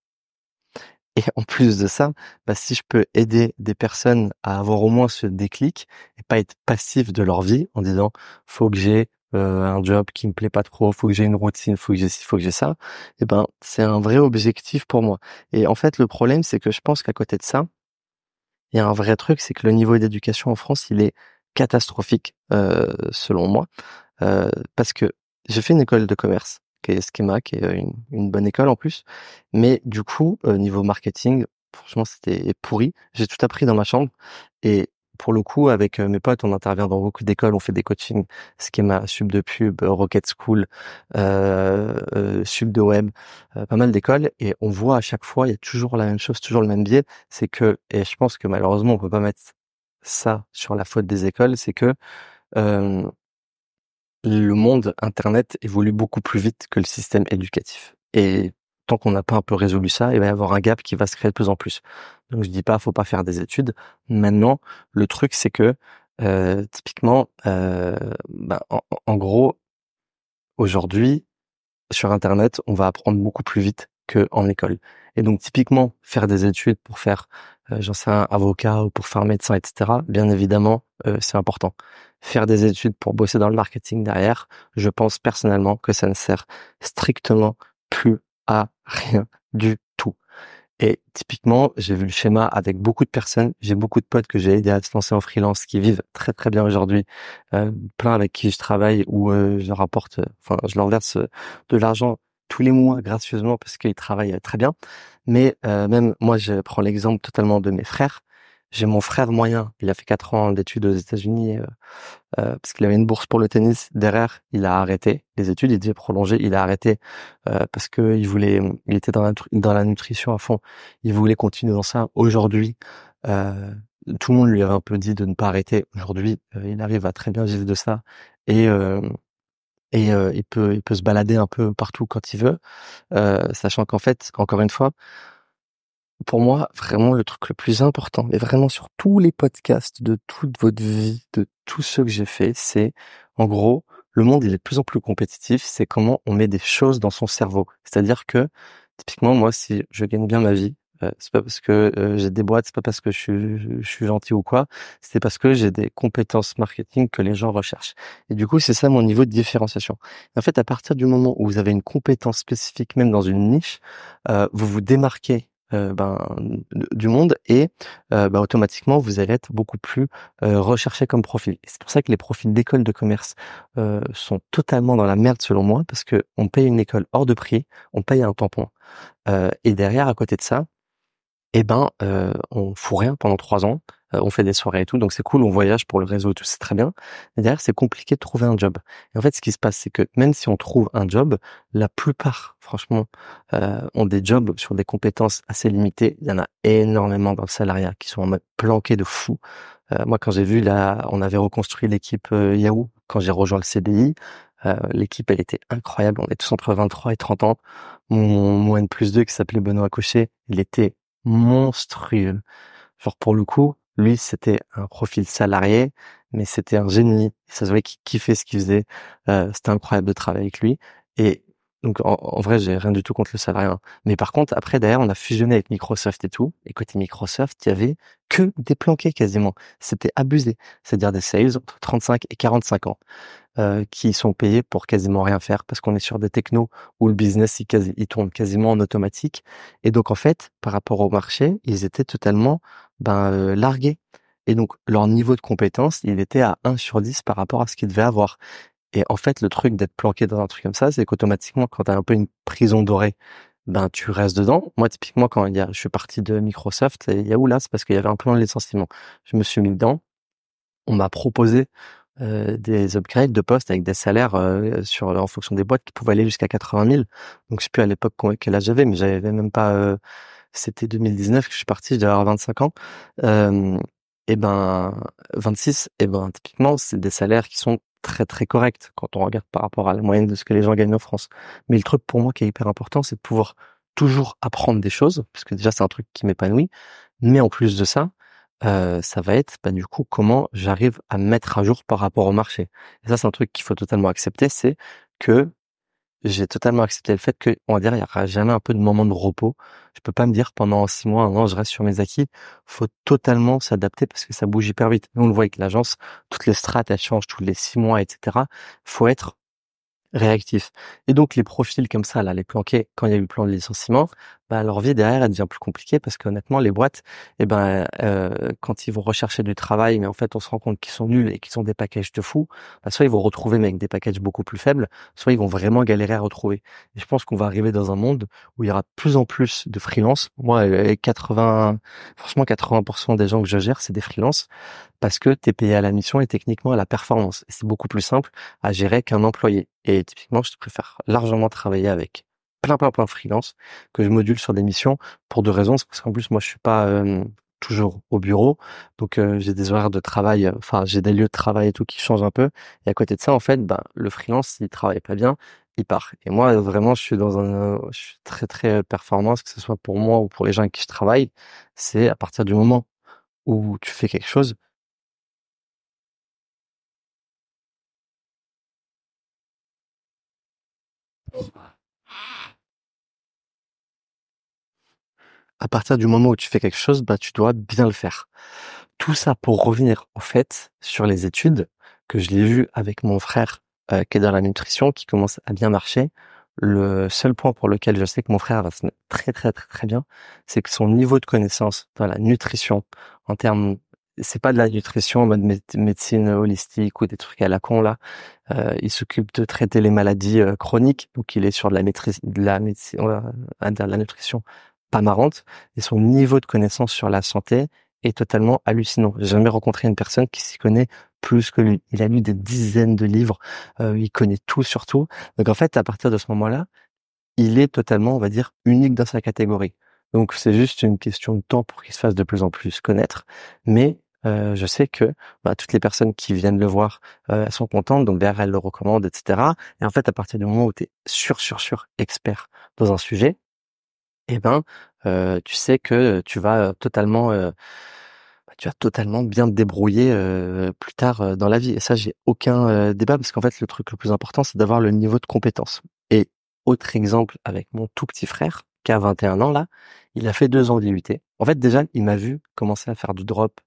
Et en plus de ça, bah, si je peux aider des personnes à avoir au moins ce déclic et pas être passif de leur vie en disant faut que j'ai euh, un job qui me plaît pas trop, faut que j'ai une routine, faut que j'ai ci, faut que j'ai ça, et ben c'est un vrai objectif pour moi. Et en fait, le problème, c'est que je pense qu'à côté de ça, il y a un vrai truc, c'est que le niveau d'éducation en France, il est catastrophique euh, selon moi. Heu, parce que j'ai fait une école de commerce, qui est Schema, qui est, heu, une une bonne école en plus. Mais du coup, heu, niveau marketing, franchement, c'était pourri. J'ai tout appris dans ma chambre et pour le coup, avec, heu, mes potes, on intervient dans beaucoup d'écoles, on fait des coachings, Schema, Sub de Pub, heu, Rocket School, heu heu, Sub de Web, heu, pas mal d'écoles et on voit à chaque fois, il y a toujours la même chose, toujours le même biais. C'est que et je pense que malheureusement, on peut pas mettre ça sur la faute des écoles, c'est que, hem le monde internet évolue beaucoup plus vite que le système éducatif. Et tant qu'on n'a pas un peu résolu ça, il va y avoir un gap qui va se créer de plus en plus. Donc je dis pas, faut pas faire des études. Maintenant, le truc c'est que euh, typiquement, euh, bah, en, en gros, aujourd'hui, sur Internet, on va apprendre beaucoup plus vite qu'en école. Et donc, typiquement, faire des études pour faire, euh, j'en sais un avocat ou pour faire médecin, et cetera, bien évidemment, euh, c'est important. Faire des études pour bosser dans le marketing derrière, je pense personnellement que ça ne sert strictement plus à rien du tout. Et typiquement, j'ai vu le schéma avec beaucoup de personnes. J'ai beaucoup de potes que j'ai aidés à se lancer en freelance qui vivent très très bien aujourd'hui. Euh, plein avec qui je travaille ou euh, je leur apporte, euh, enfin, je leur verse euh, de l'argent tous les mois gracieusement parce qu'ils travaillent euh, très bien. Mais euh, même moi, je prends l'exemple totalement de mes frères. J'ai mon frère moyen, il a fait quatre ans d'études aux États-Unis euh, euh, parce qu'il avait une bourse pour le tennis. Derrière, il a arrêté les études, il devait prolonger, il a arrêté euh, parce que il voulait, il était dans la, dans la nutrition à fond. Il voulait continuer dans ça. Aujourd'hui, euh, tout le monde lui avait un peu dit de ne pas arrêter. Aujourd'hui, euh, il arrive à très bien vivre de ça et euh, et euh, il peut il peut se balader un peu partout quand il veut, euh, sachant qu'en fait, encore une fois, pour moi, vraiment le truc le plus important, mais vraiment sur tous les podcasts de toute votre vie, de tout ce que j'ai fait, c'est en gros, le monde il est de plus en plus compétitif, c'est comment on met des choses dans son cerveau. C'est-à-dire que typiquement moi si je gagne bien ma vie, euh, c'est pas parce que euh, j'ai des boîtes, c'est pas parce que je suis, je, je suis gentil ou quoi, c'est parce que j'ai des compétences marketing que les gens recherchent. Et du coup, c'est ça mon niveau de différenciation. Et en fait, à partir du moment où vous avez une compétence spécifique, même dans une niche, euh, vous vous démarquez euh, ben, du monde et euh, ben, automatiquement vous allez être beaucoup plus euh, recherché comme profil. Et c'est pour ça que les profils d'école de commerce euh, sont totalement dans la merde selon moi parce que on paye une école hors de prix, on paye un tampon. Euh, et derrière, à côté de ça, eh ben, euh, on fout rien pendant trois ans. Euh, on fait des soirées et tout, donc c'est cool. On voyage pour le réseau et tout, c'est très bien. Mais derrière, c'est compliqué de trouver un job. Et en fait, ce qui se passe, c'est que même si on trouve un job, la plupart, franchement, euh, ont des jobs sur des compétences assez limitées. Il y en a énormément dans le salariat qui sont en mode planqués de fou. Euh, moi, quand j'ai vu là, on avait reconstruit l'équipe euh, Yahoo. Quand j'ai rejoint le C D I, euh, l'équipe, elle était incroyable. On est tous entre vingt-trois et trente ans. Mon, mon N plus deux qui s'appelait Benoît Cochet, il était monstrueux. Genre pour le coup, lui c'était un profil salarié, mais c'était un génie. Ça se voyait qu'il kiffait ce qu'il faisait. Euh, c'était incroyable de travailler avec lui. Et Donc en, en vrai, j'ai rien du tout contre le salariat, hein. Mais par contre, après, derrière, on a fusionné avec Microsoft et tout. Et côté Microsoft, il y avait que des planqués quasiment. C'était abusé. C'est-à-dire des sales entre trente-cinq et quarante-cinq ans euh, qui sont payés pour quasiment rien faire parce qu'on est sur des technos où le business il, quasi, il tourne quasiment en automatique. Et donc en fait, par rapport au marché, ils étaient totalement ben, euh, largués. Et donc leur niveau de compétence, il était à un sur dix par rapport à ce qu'ils devaient avoir. Et en fait, le truc d'être planqué dans un truc comme ça, c'est qu'automatiquement, quand tu as un peu une prison dorée, ben tu restes dedans. Moi, typiquement, quand il y a, je suis parti de Microsoft, et il y a où là, c'est parce qu'il y avait un plan de licenciement. Je me suis mis dedans. On m'a proposé euh, des upgrades de postes avec des salaires euh, sur en fonction des boîtes qui pouvaient aller jusqu'à quatre-vingt mille. Donc, je sais plus à l'époque con- quel âge j'avais, mais j'avais même pas. Euh, c'était deux mille dix-neuf que je suis parti, je devais avoir vingt-cinq ans. Euh, et ben vingt-six, et ben typiquement, c'est des salaires qui sont très très corrects quand on regarde par rapport à la moyenne de ce que les gens gagnent en France. Mais le truc pour moi qui est hyper important, c'est de pouvoir toujours apprendre des choses, parce que déjà c'est un truc qui m'épanouit. Mais en plus de ça, euh, ça va être bah, du coup comment j'arrive à me mettre à jour par rapport au marché. Et ça, c'est un truc qu'il faut totalement accepter, c'est que j'ai totalement accepté le fait que, on va dire, il y aura jamais un peu de moment de repos. Je peux pas me dire pendant six mois, un an, je reste sur mes acquis. Faut totalement s'adapter parce que ça bouge hyper vite. Nous, on le voit avec l'agence, toutes les strates, elles changent tous les six mois, et cetera. Faut être réactif. Et donc les profils comme ça, là, les planqués, quand il y a eu le plan de licenciement, bah, leur vie derrière, elle devient plus compliquée parce qu'honnêtement, les boîtes, eh ben, euh, quand ils vont rechercher du travail, mais en fait, on se rend compte qu'ils sont nuls et qu'ils ont des packages de fous, bah, soit ils vont retrouver mais avec des packages beaucoup plus faibles, soit ils vont vraiment galérer à retrouver. Et je pense qu'on va arriver dans un monde où il y aura de plus en plus de freelance. Moi, euh, quatre-vingts, franchement, quatre-vingts pour cent des gens que je gère, c'est des freelances parce que tu es payé à la mission et techniquement à la performance. Et c'est beaucoup plus simple à gérer qu'un employé. Et typiquement, je préfère largement travailler avec plein plein plein de freelance que je module sur des missions pour deux raisons. C'est parce qu'en plus, moi, je suis pas euh, toujours au bureau, donc euh, j'ai des horaires de travail, euh, enfin j'ai des lieux de travail et tout qui changent un peu. Et à côté de ça, en fait, bah, le freelance, s'il travaille pas bien, il part. Et moi, vraiment, je suis dans un, euh, je suis très très euh, performance, que ce soit pour moi ou pour les gens avec qui je travaille. C'est à partir du moment où tu fais quelque chose. À partir du moment où tu fais quelque chose, bah, tu dois bien le faire. Tout ça pour revenir, au fait, sur les études, que je l'ai vu avec mon frère, euh, qui est dans la nutrition, qui commence à bien marcher. Le seul point pour lequel je sais que mon frère va se mettre très, très, très, très bien, c'est que son niveau de connaissance dans la nutrition, en termes, c'est pas de la nutrition en mode mé- médecine holistique ou des trucs à la con, là. Euh, il s'occupe de traiter les maladies euh, chroniques, donc il est sur de la maîtrise, de la médecine, on va dire de la nutrition pas marrante, et son niveau de connaissance sur la santé est totalement hallucinant. J'ai jamais rencontré une personne qui s'y connaît plus que lui. Il a lu des dizaines de livres, euh, il connaît tout sur tout. Donc en fait, à partir de ce moment-là, il est totalement, on va dire, unique dans sa catégorie. Donc c'est juste une question de temps pour qu'il se fasse de plus en plus connaître, mais euh, je sais que bah, toutes les personnes qui viennent le voir, euh, elles sont contentes, donc derrière elles le recommandent, et cetera. Et en fait, à partir du moment où tu es sûr, sûr, sûr expert dans un sujet, eh ben, heu, tu sais que tu vas, heu, totalement, heu, bah, tu vas totalement bien te débrouiller, heu, plus tard, heu, dans la vie. Et ça, j'ai aucun, heu, débat parce qu'en fait, le truc le plus important, c'est d'avoir le niveau de compétence. Et autre exemple avec mon tout petit frère qui a vingt et un ans là, il a fait deux ans d'I U T. En fait, déjà, il m'a vu commencer à faire du drop,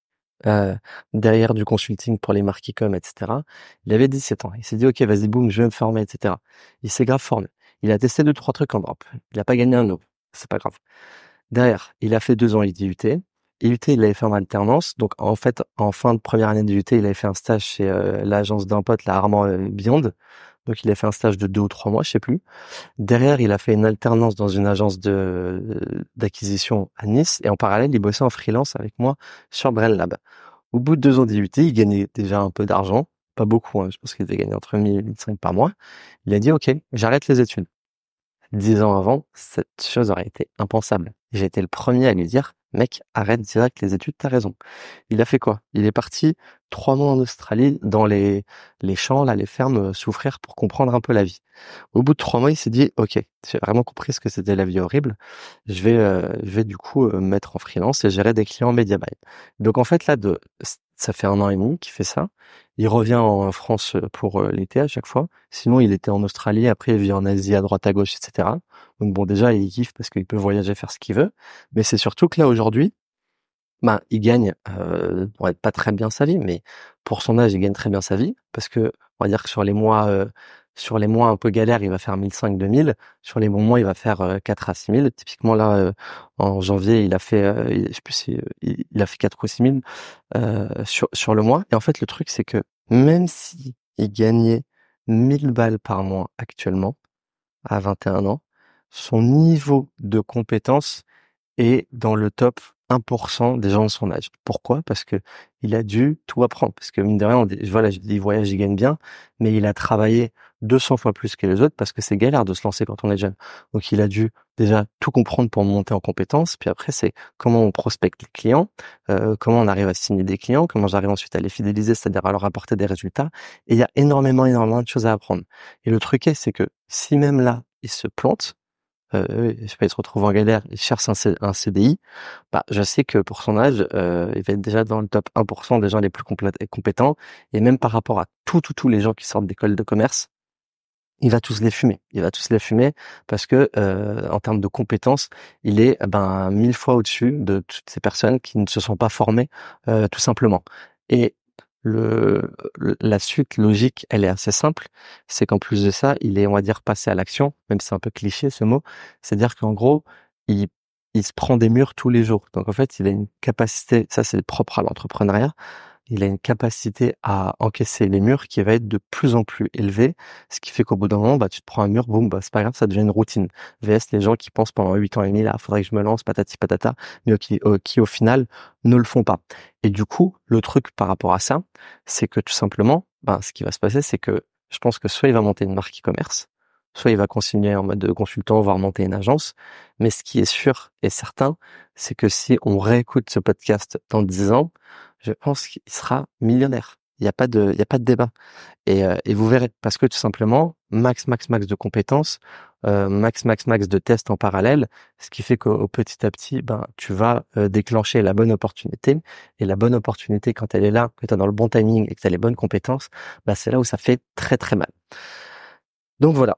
heu, derrière du consulting pour les marques e-com et cetera. Il avait dix-sept ans. Il s'est dit: «OK, vas-y, boum, je vais me former» et cetera. Il s'est grave formé. Il a testé deux trois trucs en drop. Il a pas gagné un euro. C'est pas grave. Derrière, il a fait deux ans d'I U T. I U T, il l'avait fait en alternance. Donc, en fait, en fin de première année d'I U T, il avait fait un stage chez euh, l'agence d'un pote, la Armand euh, Beyond. Donc, il a fait un stage de deux ou trois mois, je sais plus. Derrière, il a fait une alternance dans une agence de d'acquisition à Nice. Et en parallèle, il bossait en freelance avec moi sur BrainLab. Au bout de deux ans d'I U T, il gagnait déjà un peu d'argent. Pas beaucoup, hein. Je pense qu'il devait gagner entre mille et mille cinq par mois. Il a dit, OK, j'arrête les études. Dix ans avant, cette chose aurait été impensable. J'ai été le premier à lui dire, mec, arrête direct les études, t'as raison. Il a fait quoi? Il est parti trois mois en Australie, dans les, les champs, là, les fermes, euh, souffrir pour comprendre un peu la vie. Au bout de trois mois, il s'est dit, ok, j'ai vraiment compris ce que c'était la vie horrible. Je vais, euh, je vais du coup euh, me mettre en freelance et gérer des clients en média buy. Donc en fait, là, de ça fait un an et demi qu'il fait ça. Il revient en France pour euh, l'été à chaque fois. Sinon, il était en Australie, après il vit en Asie à droite à gauche, et cetera. Donc bon, déjà, il kiffe parce qu'il peut voyager, faire ce qu'il veut. Mais c'est surtout que là, aujourd'hui, bah, il gagne, euh, bon, pas très bien sa vie, mais pour son âge, il gagne très bien sa vie parce que on va dire que sur les mois, euh, sur les mois un peu galères, il va faire mille cinq, deux mille. Sur les bons mois, il va faire euh, quatre à six mille. Typiquement là, euh, en janvier, il a fait, euh, il- je sais plus si, euh, il il a fait quatre ou six mille euh, sur sur le mois. Et en fait, le truc, c'est que même si il gagnait mille balles par mois actuellement à vingt et un ans, son niveau de compétence et dans le top un pour cent des gens de son âge. Pourquoi? Parce que il a dû tout apprendre. Parce que mine de rien, on dit, voilà, je dis voyage, il gagne bien, mais il a travaillé deux cents fois plus que les autres parce que c'est galère de se lancer quand on est jeune. Donc il a dû déjà tout comprendre pour monter en compétences. Puis après, c'est comment on prospecte les clients, euh, comment on arrive à signer des clients, comment j'arrive ensuite à les fidéliser, c'est-à-dire à leur apporter des résultats. Et il y a énormément, énormément de choses à apprendre. Et le truc est, c'est que si même là, il se plante, euh, je sais pas, il se retrouve en galère, il cherche un, C- un C D I, bah, je sais que pour son âge, euh, il va être déjà dans le top un pour cent des gens les plus complét- compétents, et même par rapport à tous, tous, tous les gens qui sortent d'école de commerce, il va tous les fumer. Il va tous les fumer parce que, euh, en termes de compétences, il est eh ben mille fois au-dessus de toutes ces personnes qui ne se sont pas formées, euh, tout simplement. Et le, le- la suite logique, elle est assez simple. C'est qu'en plus de ça, il est, on va dire, passé à l'action, même si c'est un peu cliché ce mot. C'est-à-dire qu'en gros, il, il se prend des murs tous les jours. Donc en fait, il a une capacité, ça c'est propre à l'entrepreneuriat, il a une capacité à encaisser les murs qui va être de plus en plus élevée, ce qui fait qu'au bout d'un moment, bah, tu te prends un mur, boum, bah, c'est pas grave, ça devient une routine. V S les gens qui pensent pendant huit ans et demi, là, faudrait que je me lance, patati patata, mais qui, euh, qui au final ne le font pas. Et du coup, le truc par rapport à ça, c'est que tout simplement, bah, ce qui va se passer, c'est que je pense que soit il va monter une marque e-commerce, soit il va continuer en mode consultant, voire monter une agence. Mais ce qui est sûr et certain, c'est que si on réécoute ce podcast dans dix ans, je pense qu'il sera millionnaire. Il n'y a pas de, il y a pas de débat. Et, euh, et vous verrez, parce que tout simplement, max, max, max de compétences, euh, max, max, max de tests en parallèle, ce qui fait qu'au petit à petit, ben, tu vas euh, déclencher la bonne opportunité. Et la bonne opportunité, quand elle est là, que tu as dans le bon timing et que tu as les bonnes compétences, ben, c'est là où ça fait très, très mal. Donc voilà.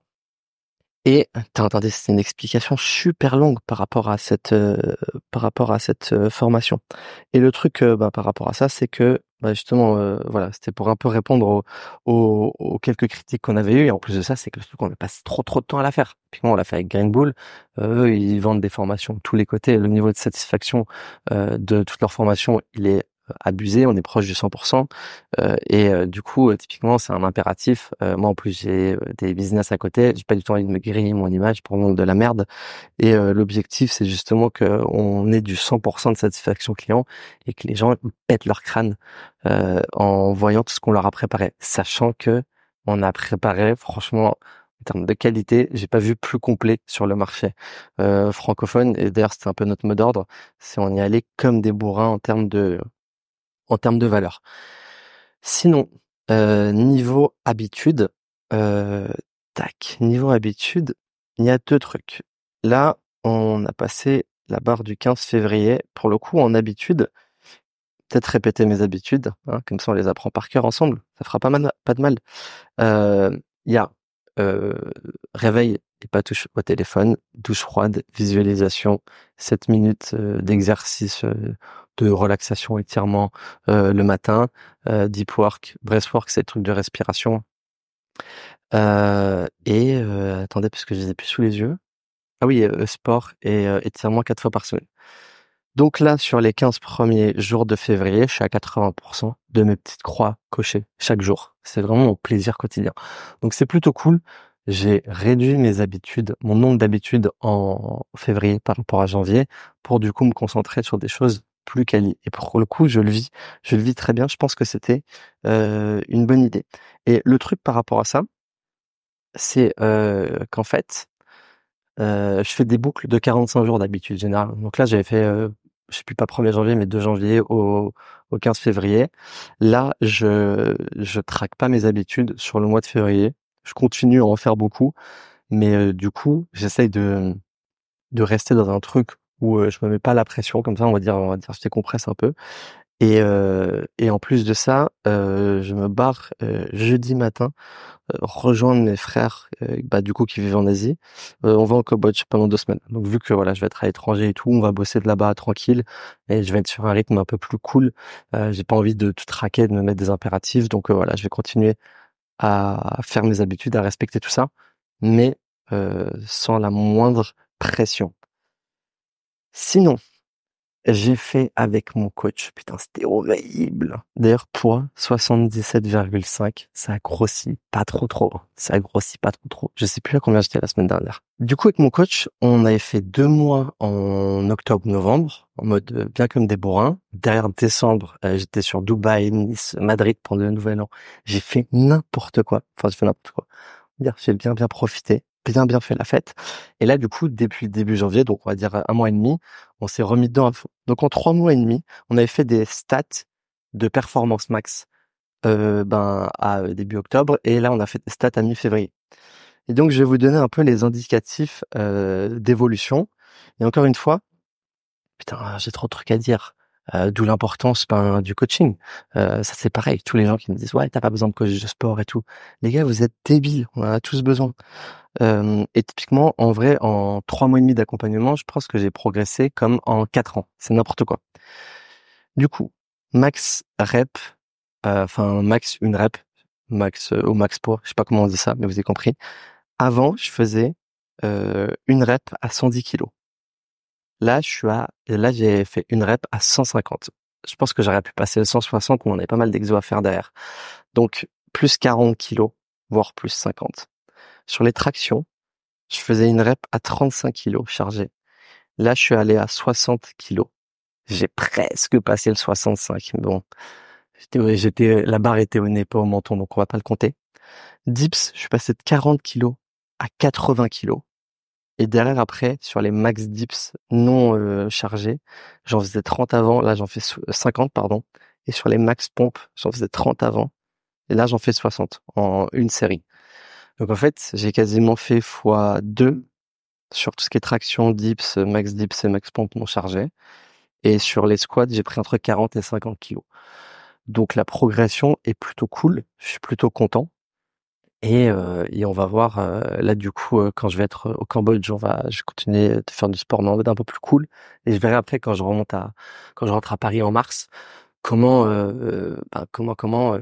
Et t'as entendu, c'est une explication super longue par rapport à cette euh, par rapport à cette euh, formation. Et le truc euh, bah, par rapport à ça, c'est que bah, justement, euh, voilà, c'était pour un peu répondre aux, aux, aux quelques critiques qu'on avait eues. Et en plus de ça, c'est que le truc, on a passé trop trop de temps à la faire. Puis moi, on l'a fait avec Green Bull. Euh, eux, ils vendent des formations de tous les côtés. Le niveau de satisfaction euh, de toutes leurs formations, il est euh, abusé. On est proche du cent pour cent. Euh, et euh, du coup, euh, typiquement, c'est un impératif. Euh, moi, en plus, j'ai euh, des business à côté. J'ai pas du tout envie de me griller mon image pour vendre de la merde. Et euh, l'objectif, c'est justement qu'on ait du cent pour cent de satisfaction client et que les gens pètent leur crâne euh, en voyant tout ce qu'on leur a préparé, sachant que on a préparé, franchement, en termes de qualité, j'ai pas vu plus complet sur le marché euh, francophone. Et d'ailleurs, c'était un peu notre mot d'ordre, c'est on y allait comme des bourrins en termes de en termes de valeur. Sinon, euh, niveau habitude, euh, tac, niveau habitude, il y a deux trucs. Là, on a passé la barre du quinze février. Pour le coup, en habitude, peut-être répéter mes habitudes, hein, comme ça on les apprend par cœur ensemble. Ça fera pas mal, pas de mal. Euh, Il y a euh, réveil et pas touche au téléphone, douche froide, visualisation, sept minutes euh, d'exercice euh, de relaxation, étirement euh, le matin, euh, deep work, breathwork, c'est le truc de respiration. Euh, et euh, attendez, parce que je les ai plus sous les yeux. Ah oui, euh, sport et euh, étirement quatre fois par semaine. Donc là, sur les quinze premiers jours de février, je suis à quatre-vingts pour cent de mes petites croix cochées chaque jour. C'est vraiment mon plaisir quotidien. Donc c'est plutôt cool. J'ai réduit mes habitudes, mon nombre d'habitudes en février par rapport à janvier pour du coup me concentrer sur des choses plus quali. Et pour le coup, je le vis, je le vis très bien. Je pense que c'était euh, une bonne idée. Et le truc par rapport à ça, c'est euh, qu'en fait, euh, je fais des boucles de quarante-cinq jours d'habitude générale. Donc là, j'avais fait, euh, je sais plus pas premier janvier, mais deux janvier au, au quinze février. Là, je je traque pas mes habitudes sur le mois de février. Je continue à en faire beaucoup, mais euh, du coup, j'essaye de de rester dans un truc où euh, je me mets pas la pression, comme ça, on va dire, on va dire, je décompresse un peu. Et, euh, et en plus de ça, euh, je me barre euh, jeudi matin euh, rejoindre mes frères, euh, bah du coup qui vivent en Asie. Euh, on va au Cambodge pendant deux semaines. Donc vu que voilà, je vais être à l'étranger et tout, on va bosser de là-bas tranquille et je vais être sur un rythme un peu plus cool. Euh, j'ai pas envie de tout traquer, de me mettre des impératifs. Donc euh, voilà, je vais continuer à faire mes habitudes, à respecter tout ça, mais euh, sans la moindre pression. Sinon, j'ai fait avec mon coach. Putain, c'était horrible. D'ailleurs, poids soixante-dix-sept virgule cinq. Ça a grossi pas trop trop. Ça a grossi pas trop trop. Je sais plus à combien j'étais la semaine dernière. Du coup, avec mon coach, on avait fait deux mois en octobre-novembre, en mode euh, bien comme des bourrins. Derrière décembre, euh, j'étais sur Dubaï, Nice, Madrid pendant le Nouvel An. J'ai fait n'importe quoi. Enfin, j'ai fait n'importe quoi. Dire, j'ai bien bien profité, bien bien fait la fête. Et là, du coup, depuis le début janvier, donc on va dire un mois et demi, on s'est remis dedans à fond. Donc en trois mois et demi, on avait fait des stats de performance max euh, ben à début octobre, et là on a fait des stats à mi-février. Et donc je vais vous donner un peu les indicatifs euh, d'évolution. Et encore une fois, putain, j'ai trop de trucs à dire. Euh, d'où l'importance ben, du coaching. Euh, ça c'est pareil. Tous les gens qui me disent ouais, t'as pas besoin de coach de sport et tout. Les gars, vous êtes débiles. On en a tous besoin. Euh, et typiquement, en vrai, en trois mois et demi d'accompagnement, je pense que j'ai progressé comme en quatre ans. C'est n'importe quoi. Du coup, max rep, euh, enfin max une rep, max euh, au max poids, je sais pas comment on dit ça, mais vous avez compris. Avant, je faisais euh, une rep à cent dix kilos. Là, je suis à, là, j'ai fait une rep à cent cinquante. Je pense que j'aurais pu passer le cent soixante, mais on avait pas mal d'exos à faire derrière. Donc, plus quarante kilos, voire plus cinquante. Sur les tractions, je faisais une rep à trente-cinq kilos chargé. Là, je suis allé à soixante kilos. J'ai presque passé le soixante-cinq. Bon, j'étais, j'étais, la barre était au nez, pas au menton, donc on va pas le compter. Dips, je suis passé de quarante kilos à quatre-vingts kilos. Et derrière, après, sur les max dips non euh, chargés, j'en faisais trente avant. Là, j'en fais cinquante, pardon. Et sur les max pompes, j'en faisais trente avant. Et là, j'en fais soixante en une série. Donc en fait, j'ai quasiment fait fois deux sur tout ce qui est traction, dips, max dips et max pompe non chargé. Et sur les squats, j'ai pris entre quarante et cinquante kilos. Donc la progression est plutôt cool. Je suis plutôt content. Et, euh, et on va voir, euh, là du coup, euh, quand je vais être au Cambodge, on va, je vais continuer de faire du sport, mais en mode un peu plus cool. Et je verrai après quand je remonte à, quand je rentre à Paris en mars, comment, euh, euh, bah, comment, comment, euh,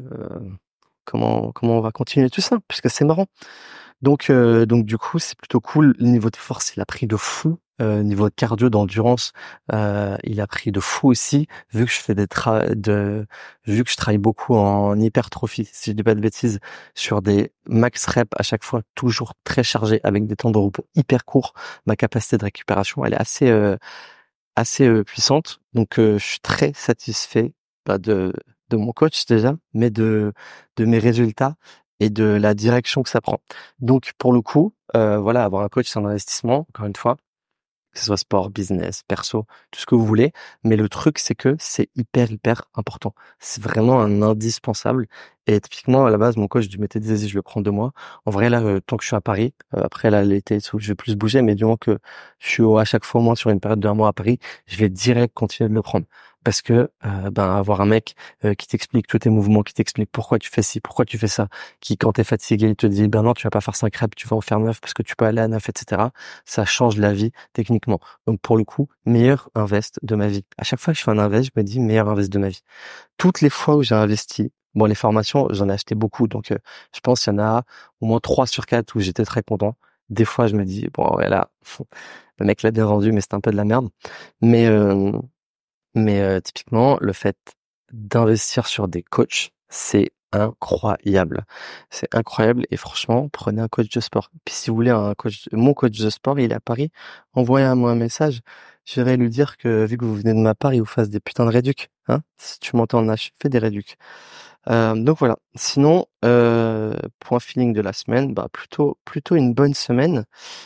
comment, comment on va continuer tout ça, puisque c'est marrant. Donc, euh, donc du coup, c'est plutôt cool. Le niveau de force, il a pris de fou. Euh, niveau de cardio, d'endurance, euh, il a pris de fou aussi. Vu que je fais des tra de, vu que je travaille beaucoup en hypertrophie, si je dis pas de bêtises, sur des max reps à chaque fois, toujours très chargé avec des temps de repos hyper courts. Ma capacité de récupération, elle est assez, euh, assez euh, puissante. Donc, euh, je suis très satisfait bah, de de mon coach déjà, mais de de mes résultats et de la direction que ça prend. Donc, pour le coup, euh, voilà, avoir un coach, c'est un investissement, encore une fois, que ce soit sport, business, perso, tout ce que vous voulez. Mais le truc, c'est que c'est hyper, hyper important. C'est vraiment un indispensable. Et typiquement, à la base, mon coach, je lui mettais des je le prends deux mois. En vrai, là, euh, tant que je suis à Paris, euh, après, là, l'été, et tout, je vais plus bouger, mais du moment que je suis au- à chaque fois au moins sur une période d'un mois à Paris, je vais direct continuer de le prendre. Parce que, euh, ben, avoir un mec euh, qui t'explique tous tes mouvements, qui t'explique pourquoi tu fais ci, pourquoi tu fais ça, qui, quand t'es fatigué, il te dit, ben non, tu vas pas faire cinq reps, tu vas en faire neuf parce que tu peux aller à neuf, et cetera. Ça change la vie techniquement. Donc, pour le coup, meilleur invest de ma vie. À chaque fois que je fais un invest, je me dis meilleur invest de ma vie. Toutes les fois où j'ai investi, bon, les formations, j'en ai acheté beaucoup, donc euh, je pense qu'il y en a au moins trois sur quatre où j'étais très content. Des fois, je me dis bon, ouais, là, le mec l'a bien vendu, mais c'est un peu de la merde. Mais euh, mais euh, typiquement, le fait d'investir sur des coachs, c'est incroyable. C'est incroyable et franchement, prenez un coach de sport. Puis si vous voulez un coach, mon coach de sport, il est à Paris, envoyez-moi un message. J'irai lui dire que vu que vous venez de ma part, il vous fasse des putains de réducs. Hein, si tu m'entends en H, fais des réducs. Euh, donc voilà. Sinon, euh, point feeling de la semaine, bah plutôt plutôt une bonne semaine.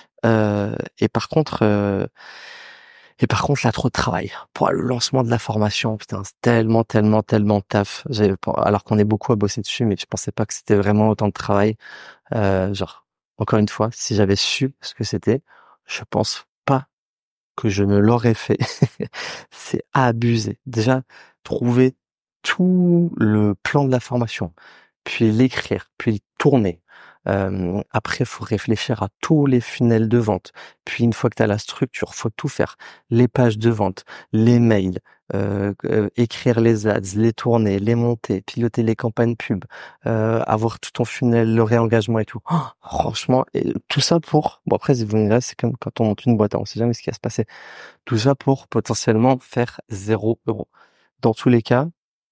Euh, et par contre, euh, et par contre, là, trop de travail. Pour le lancement de la formation, putain, c'est tellement, tellement, tellement de taf. J'ai, alors qu'on est beaucoup à bosser dessus, mais je pensais pas que c'était vraiment autant de travail. Euh, genre, encore une fois, si j'avais su ce que c'était, je pense pas que je ne l'aurais fait. C'est abusé. Déjà, trouver tout le plan de la formation, puis l'écrire, puis le tourner. Euh, après, il faut réfléchir à tous les funnels de vente. Puis une fois que tu as la structure, faut tout faire. Les pages de vente, les mails, euh, euh, écrire les ads, les tourner, les monter, piloter les campagnes pub, euh, avoir tout ton funnel, le réengagement et tout. Oh, franchement, et tout ça pour... Bon après, vous me direz, c'est comme quand on monte une boîte, hein, on sait jamais ce qui va se passer. Tout ça pour potentiellement faire zéro euro. Dans tous les cas,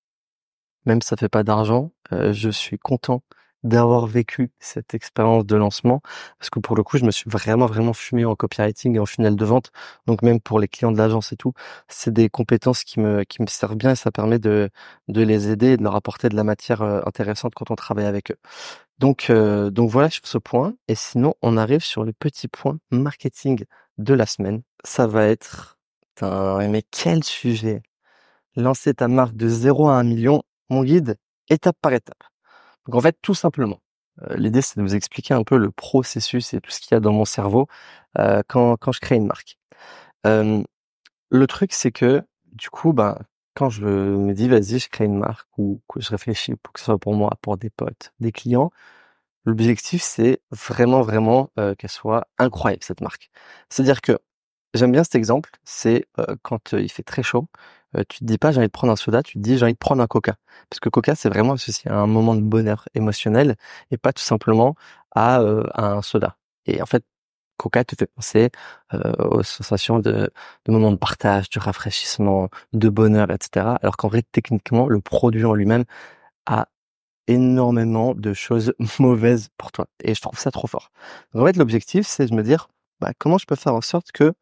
même si ça fait pas d'argent, euh, je suis content d'avoir vécu cette expérience de lancement parce que pour le coup, je me suis vraiment vraiment fumé en copywriting et en funnel de vente. Donc même pour les clients de l'agence et tout, c'est des compétences qui me qui me servent bien et ça permet de de les aider et de leur apporter de la matière euh, intéressante quand on travaille avec eux. Donc euh, donc voilà sur ce point et sinon on arrive sur le petit point marketing de la semaine. Ça va être Putain, mais quel sujet! Lancer ta marque de zéro à un million, mon guide, étape par étape. Donc en fait, tout simplement, euh, l'idée c'est de vous expliquer un peu le processus et tout ce qu'il y a dans mon cerveau euh, quand, quand je crée une marque. Euh, le truc c'est que du coup, ben, quand je me dis vas-y, je crée une marque ou que je réfléchis pour que ce soit pour moi, pour des potes, des clients, l'objectif c'est vraiment vraiment euh, qu'elle soit incroyable cette marque. C'est-à-dire que j'aime bien cet exemple, c'est euh, quand euh, il fait très chaud, euh, tu te dis pas j'ai envie de prendre un soda, tu te dis j'ai envie de prendre un coca. Parce que coca c'est vraiment associé à un moment de bonheur émotionnel et pas tout simplement à, euh, à un soda. Et en fait, coca te fait penser euh, aux sensations de, de moments de partage, de rafraîchissement, de bonheur, et cetera. Alors qu'en vrai, techniquement, le produit en lui-même a énormément de choses mauvaises pour toi. Et je trouve ça trop fort. Donc en fait, l'objectif, c'est de me dire bah, comment je peux faire en sorte que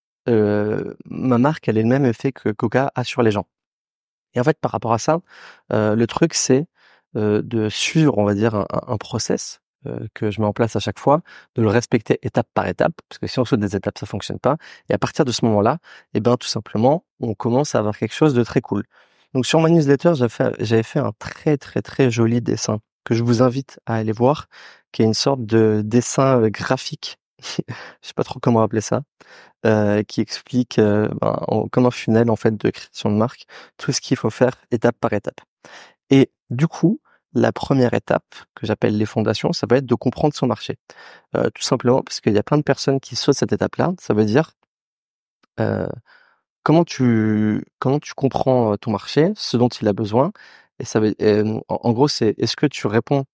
euh, ma marque, elle ait le même effet que Coca a sur les gens. Et en fait, par rapport à ça, euh, le truc, c'est euh, de suivre, on va dire, un, un process euh, que je mets en place à chaque fois, de le respecter étape par étape, parce que si on saute des étapes, ça fonctionne pas. Et à partir de ce moment-là, eh ben, tout simplement, on commence à avoir quelque chose de très cool. Donc sur ma newsletter, j'avais fait, j'avais fait un très très très joli dessin que je vous invite à aller voir, qui est une sorte de dessin euh, graphique. Je sais pas trop comment appeler ça, euh, qui explique euh, ben, en- comme un funnel en fait de création de marque, tout ce qu'il faut faire étape par étape. Et du coup, la première étape que j'appelle les fondations, ça va être de comprendre son marché. Euh, tout simplement parce qu'il y a plein de personnes qui sautent cette étape-là. Ça veut dire euh, comment tu comment tu comprends euh, ton marché, ce dont il a besoin. Et ça veut, euh, en, en gros, c'est est-ce que tu réponds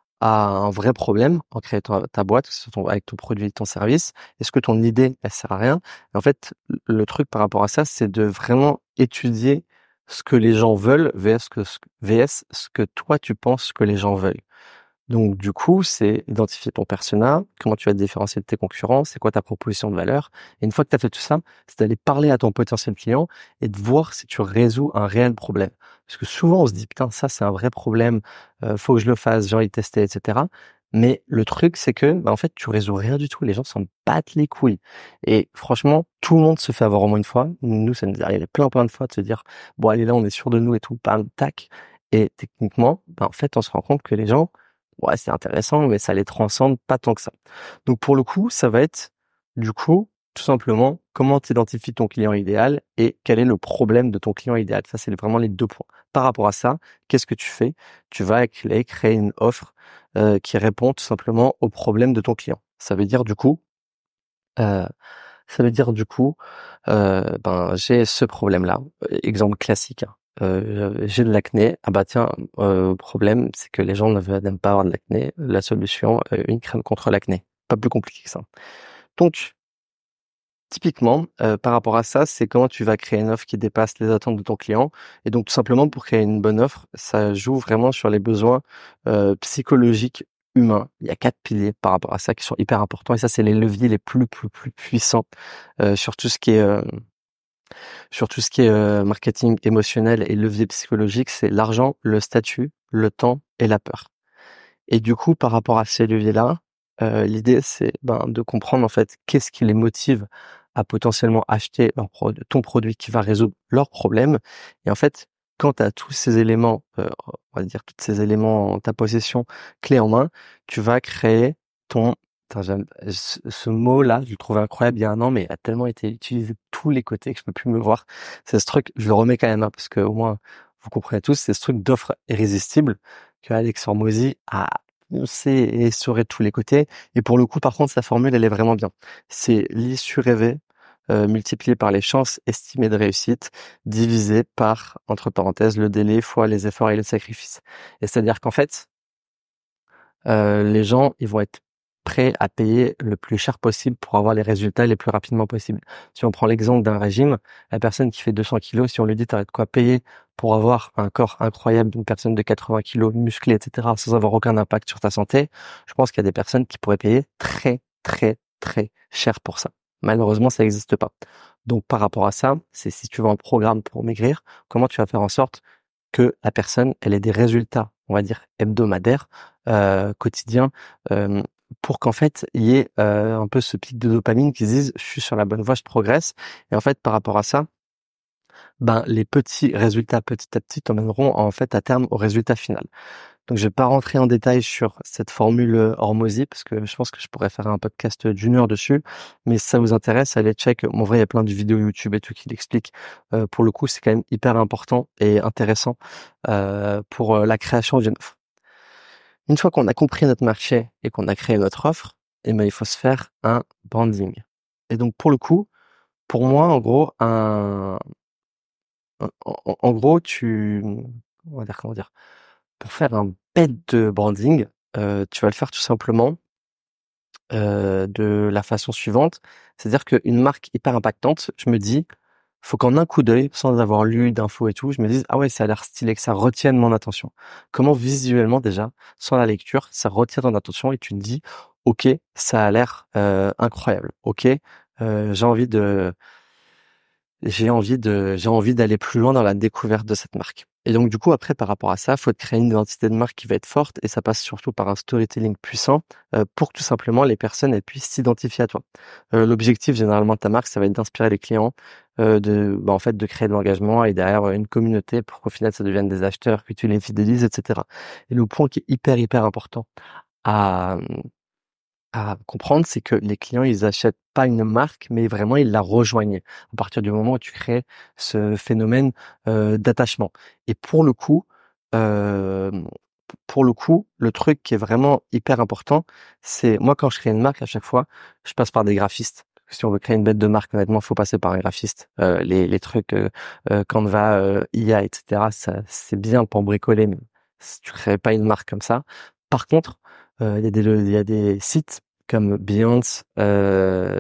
à un vrai problème en créant ta, ta boîte, que ce soit ton- avec ton produit, ton service. Est-ce que ton idée, elle sert à rien? Et en fait, le truc par rapport à ça, c'est de vraiment étudier ce que les gens veulent vs ce que, vs ce que toi tu penses que les gens veulent. Donc du coup, c'est identifier ton persona, comment tu vas te différencier de tes concurrents, c'est quoi ta proposition de valeur. Et une fois que tu as fait tout ça, c'est d'aller parler à ton potentiel client et de voir si tu résous un réel problème. Parce que souvent, on se dit, putain, ça c'est un vrai problème, euh, faut que je le fasse, j'ai envie de tester, et cetera. Mais le truc, c'est que, bah, en fait, tu résous rien du tout. Les gens s'en battent les couilles. Et franchement, tout le monde se fait avoir au moins une fois. Nous, ça nous est arrivé plein, plein de fois de se dire, bon, allez, là, on est sûr de nous et tout, bam, tac. Et techniquement, bah, en fait, on se rend compte que les gens, ouais, c'est intéressant, mais ça les transcende pas tant que ça. Donc pour le coup, ça va être du coup tout simplement comment tu identifies ton client idéal et quel est le problème de ton client idéal. Ça, c'est vraiment les deux points. Par rapport à ça, qu'est-ce que tu fais? Tu vas créer, créer une offre euh, qui répond tout simplement au problème de ton client. Ça veut dire du coup, euh, ça veut dire du coup, euh, ben j'ai ce problème-là. Exemple classique, hein. Euh, j'ai de l'acné. Ah bah tiens, euh, problème, c'est que les gens ne veulent n'aiment pas avoir de l'acné. La solution, euh, une crème contre l'acné. Pas plus compliqué que ça. Donc, typiquement, euh, par rapport à ça, c'est comment tu vas créer une offre qui dépasse les attentes de ton client. Et donc, tout simplement, pour créer une bonne offre, ça joue vraiment sur les besoins euh, psychologiques humains. Il y a quatre piliers par rapport à ça qui sont hyper importants. Et ça, c'est les leviers les plus, plus, plus puissants euh, sur tout ce qui est euh, sur tout ce qui est euh, marketing émotionnel et levier psychologique. C'est l'argent, le statut, le temps et la peur. Et du coup, par rapport à ces leviers-là, euh, l'idée, c'est ben, de comprendre en fait qu'est-ce qui les motive à potentiellement acheter leur pro- ton produit qui va résoudre leurs problèmes. Et en fait, quand tu as tous ces éléments, euh, on va dire tous ces éléments en ta possession, clé en main, tu vas créer ton... Putain, j'aime- ce, ce mot-là, je le trouvais incroyable il y a un an, mais il a tellement été utilisé de tous les côtés que je peux plus me voir. C'est ce truc, je le remets quand même, hein, parce que au moins, vous comprenez tous, c'est ce truc d'offre irrésistible que Alex Hormozy a poncé et essoré de tous les côtés. Et pour le coup, par contre, sa formule, elle est vraiment bien. C'est l'issue rêvée euh, multiplié par les chances estimées de réussite, divisé par, entre parenthèses, le délai fois les efforts et les sacrifices. Et c'est-à-dire qu'en fait, euh, les gens, ils vont être prêts à payer le plus cher possible pour avoir les résultats les plus rapidement possible. Si on prend l'exemple d'un régime, la personne qui fait deux cents kilos, si on lui dit t'arrêtes quoi payer pour avoir un corps incroyable d'une personne de quatre-vingts kilos, musclée, et cetera, sans avoir aucun impact sur ta santé, je pense qu'il y a des personnes qui pourraient payer très, très, très cher pour ça. Malheureusement, ça n'existe pas. Donc, par rapport à ça, c'est si tu veux un programme pour maigrir, comment tu vas faire en sorte que la personne, elle ait des résultats, on va dire, hebdomadaires, euh, quotidiens, euh, pour qu'en fait, il y ait euh, un peu ce pic de dopamine qui se dise, je suis sur la bonne voie, je progresse. Et en fait, par rapport à ça, ben, les petits résultats, petit à petit, t'emmèneront en fait à terme au résultat final. Donc, je vais pas rentrer en détail sur cette formule euh, Hormozy parce que je pense que je pourrais faire un podcast d'une heure dessus. Mais si ça vous intéresse, allez check. En vrai, il y a plein de vidéos YouTube et tout qui l'expliquent. Euh, pour le coup, c'est quand même hyper important et intéressant euh, pour euh, la création d'une offre. Une fois qu'on a compris notre marché et qu'on a créé notre offre, eh ben, il faut se faire un branding. Et donc, pour le coup, pour moi, en gros, un, en, en- en gros, tu, on va dire comment dire, pour faire un bête de branding, euh, tu vas le faire tout simplement euh, de la façon suivante. C'est-à-dire qu'une marque hyper impactante, je me dis, faut qu'en un coup d'œil, sans avoir lu d'infos et tout, je me dise, ah ouais, ça a l'air stylé, que ça retienne mon attention. Comment visuellement déjà, sans la lecture, ça retient ton attention et tu te dis, ok, ça a l'air euh, incroyable. Ok, euh, j'ai envie de j'ai envie de j'ai envie d'aller plus loin dans la découverte de cette marque. Et donc du coup après par rapport à ça, faut te créer une identité de marque qui va être forte et ça passe surtout par un storytelling puissant euh, pour que tout simplement les personnes elles puissent s'identifier à toi. Euh, l'objectif généralement de ta marque, ça va être d'inspirer les clients, euh, de bah, en fait de créer de l'engagement et derrière euh, une communauté pour qu'au final ça devienne des acheteurs, que tu les fidélises, et cetera. Et le point qui est hyper hyper important à à comprendre, c'est que les clients, ils achètent pas une marque, mais vraiment ils la rejoignent. À partir du moment où tu crées ce phénomène euh, d'attachement. Et pour le coup, euh, pour le coup, le truc qui est vraiment hyper important, c'est moi quand je crée une marque à chaque fois, je passe par des graphistes. Si on veut créer une bête de marque, honnêtement, faut passer par un graphiste. Euh, les, les trucs euh, euh, Canva, euh, I A, et cetera. Ça, c'est bien pour bricoler, mais si tu crées pas une marque comme ça. Par contre, euh, il y a des il y a des sites comme Behance, euh,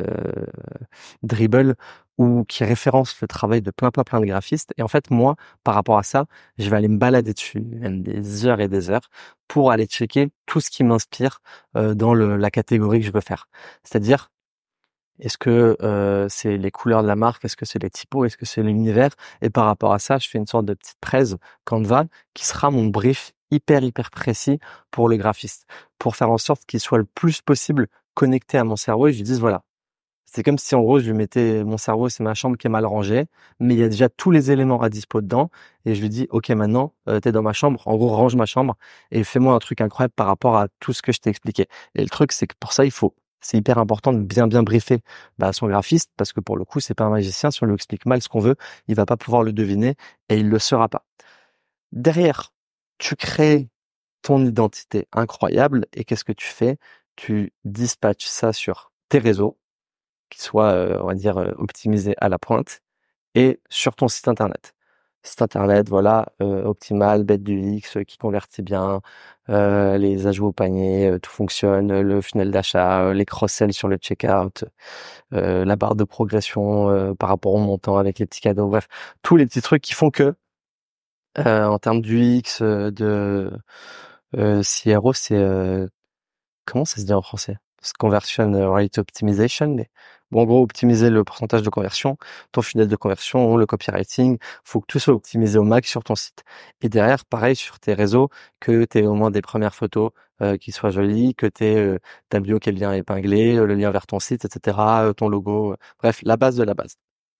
Dribble, ou qui référencent le travail de plein plein plein de graphistes. Et en fait, moi, par rapport à ça, je vais aller me balader dessus, même des heures et des heures, pour aller checker tout ce qui m'inspire euh, dans le, la catégorie que je veux faire. C'est-à-dire, est-ce que euh, c'est les couleurs de la marque, est-ce que c'est les typos, est-ce que c'est l'univers? Et par rapport à ça, je fais une sorte de petite presse Canva qui sera mon brief hyper hyper précis pour le graphiste, pour faire en sorte qu'il soit le plus possible connecté à mon cerveau et je lui dise voilà. C'est comme si en gros je lui mettais mon cerveau, c'est ma chambre qui est mal rangée, mais il y a déjà tous les éléments à dispo dedans et je lui dis ok maintenant euh, t'es dans ma chambre, en gros range ma chambre et fais-moi un truc incroyable par rapport à tout ce que je t'ai expliqué. Et le truc c'est que pour ça il faut c'est hyper important de bien bien briefer bah, son graphiste parce que pour le coup c'est pas un magicien, si on lui explique mal ce qu'on veut, il va pas pouvoir le deviner et il le saura pas. Derrière, tu crées ton identité incroyable et qu'est-ce que tu fais? Tu dispatches ça sur tes réseaux qui soit, euh, on va dire, euh, optimisé à la pointe et sur ton site internet. Site internet, voilà, euh, optimal, bête du X, euh, qui convertit bien, euh, les ajouts au panier, euh, tout fonctionne, euh, le funnel d'achat, euh, les cross-sells sur le checkout, euh, la barre de progression euh, par rapport au montant avec les petits cadeaux, bref, tous les petits trucs qui font que, euh, en termes du X, euh, de euh, C R O, c'est euh, comment ça se dit en français? C'est Conversion Rate Optimization, mais bon, en gros, optimiser le pourcentage de conversion, ton funnel de conversion, le copywriting, faut que tout soit optimisé au max sur ton site. Et derrière, pareil sur tes réseaux, que tu aies au moins des premières photos euh, qui soient jolies, que tu aies euh, ta bio qui est bien épinglée, euh, le lien vers ton site, et cetera, euh, ton logo, euh, bref, la base de la base.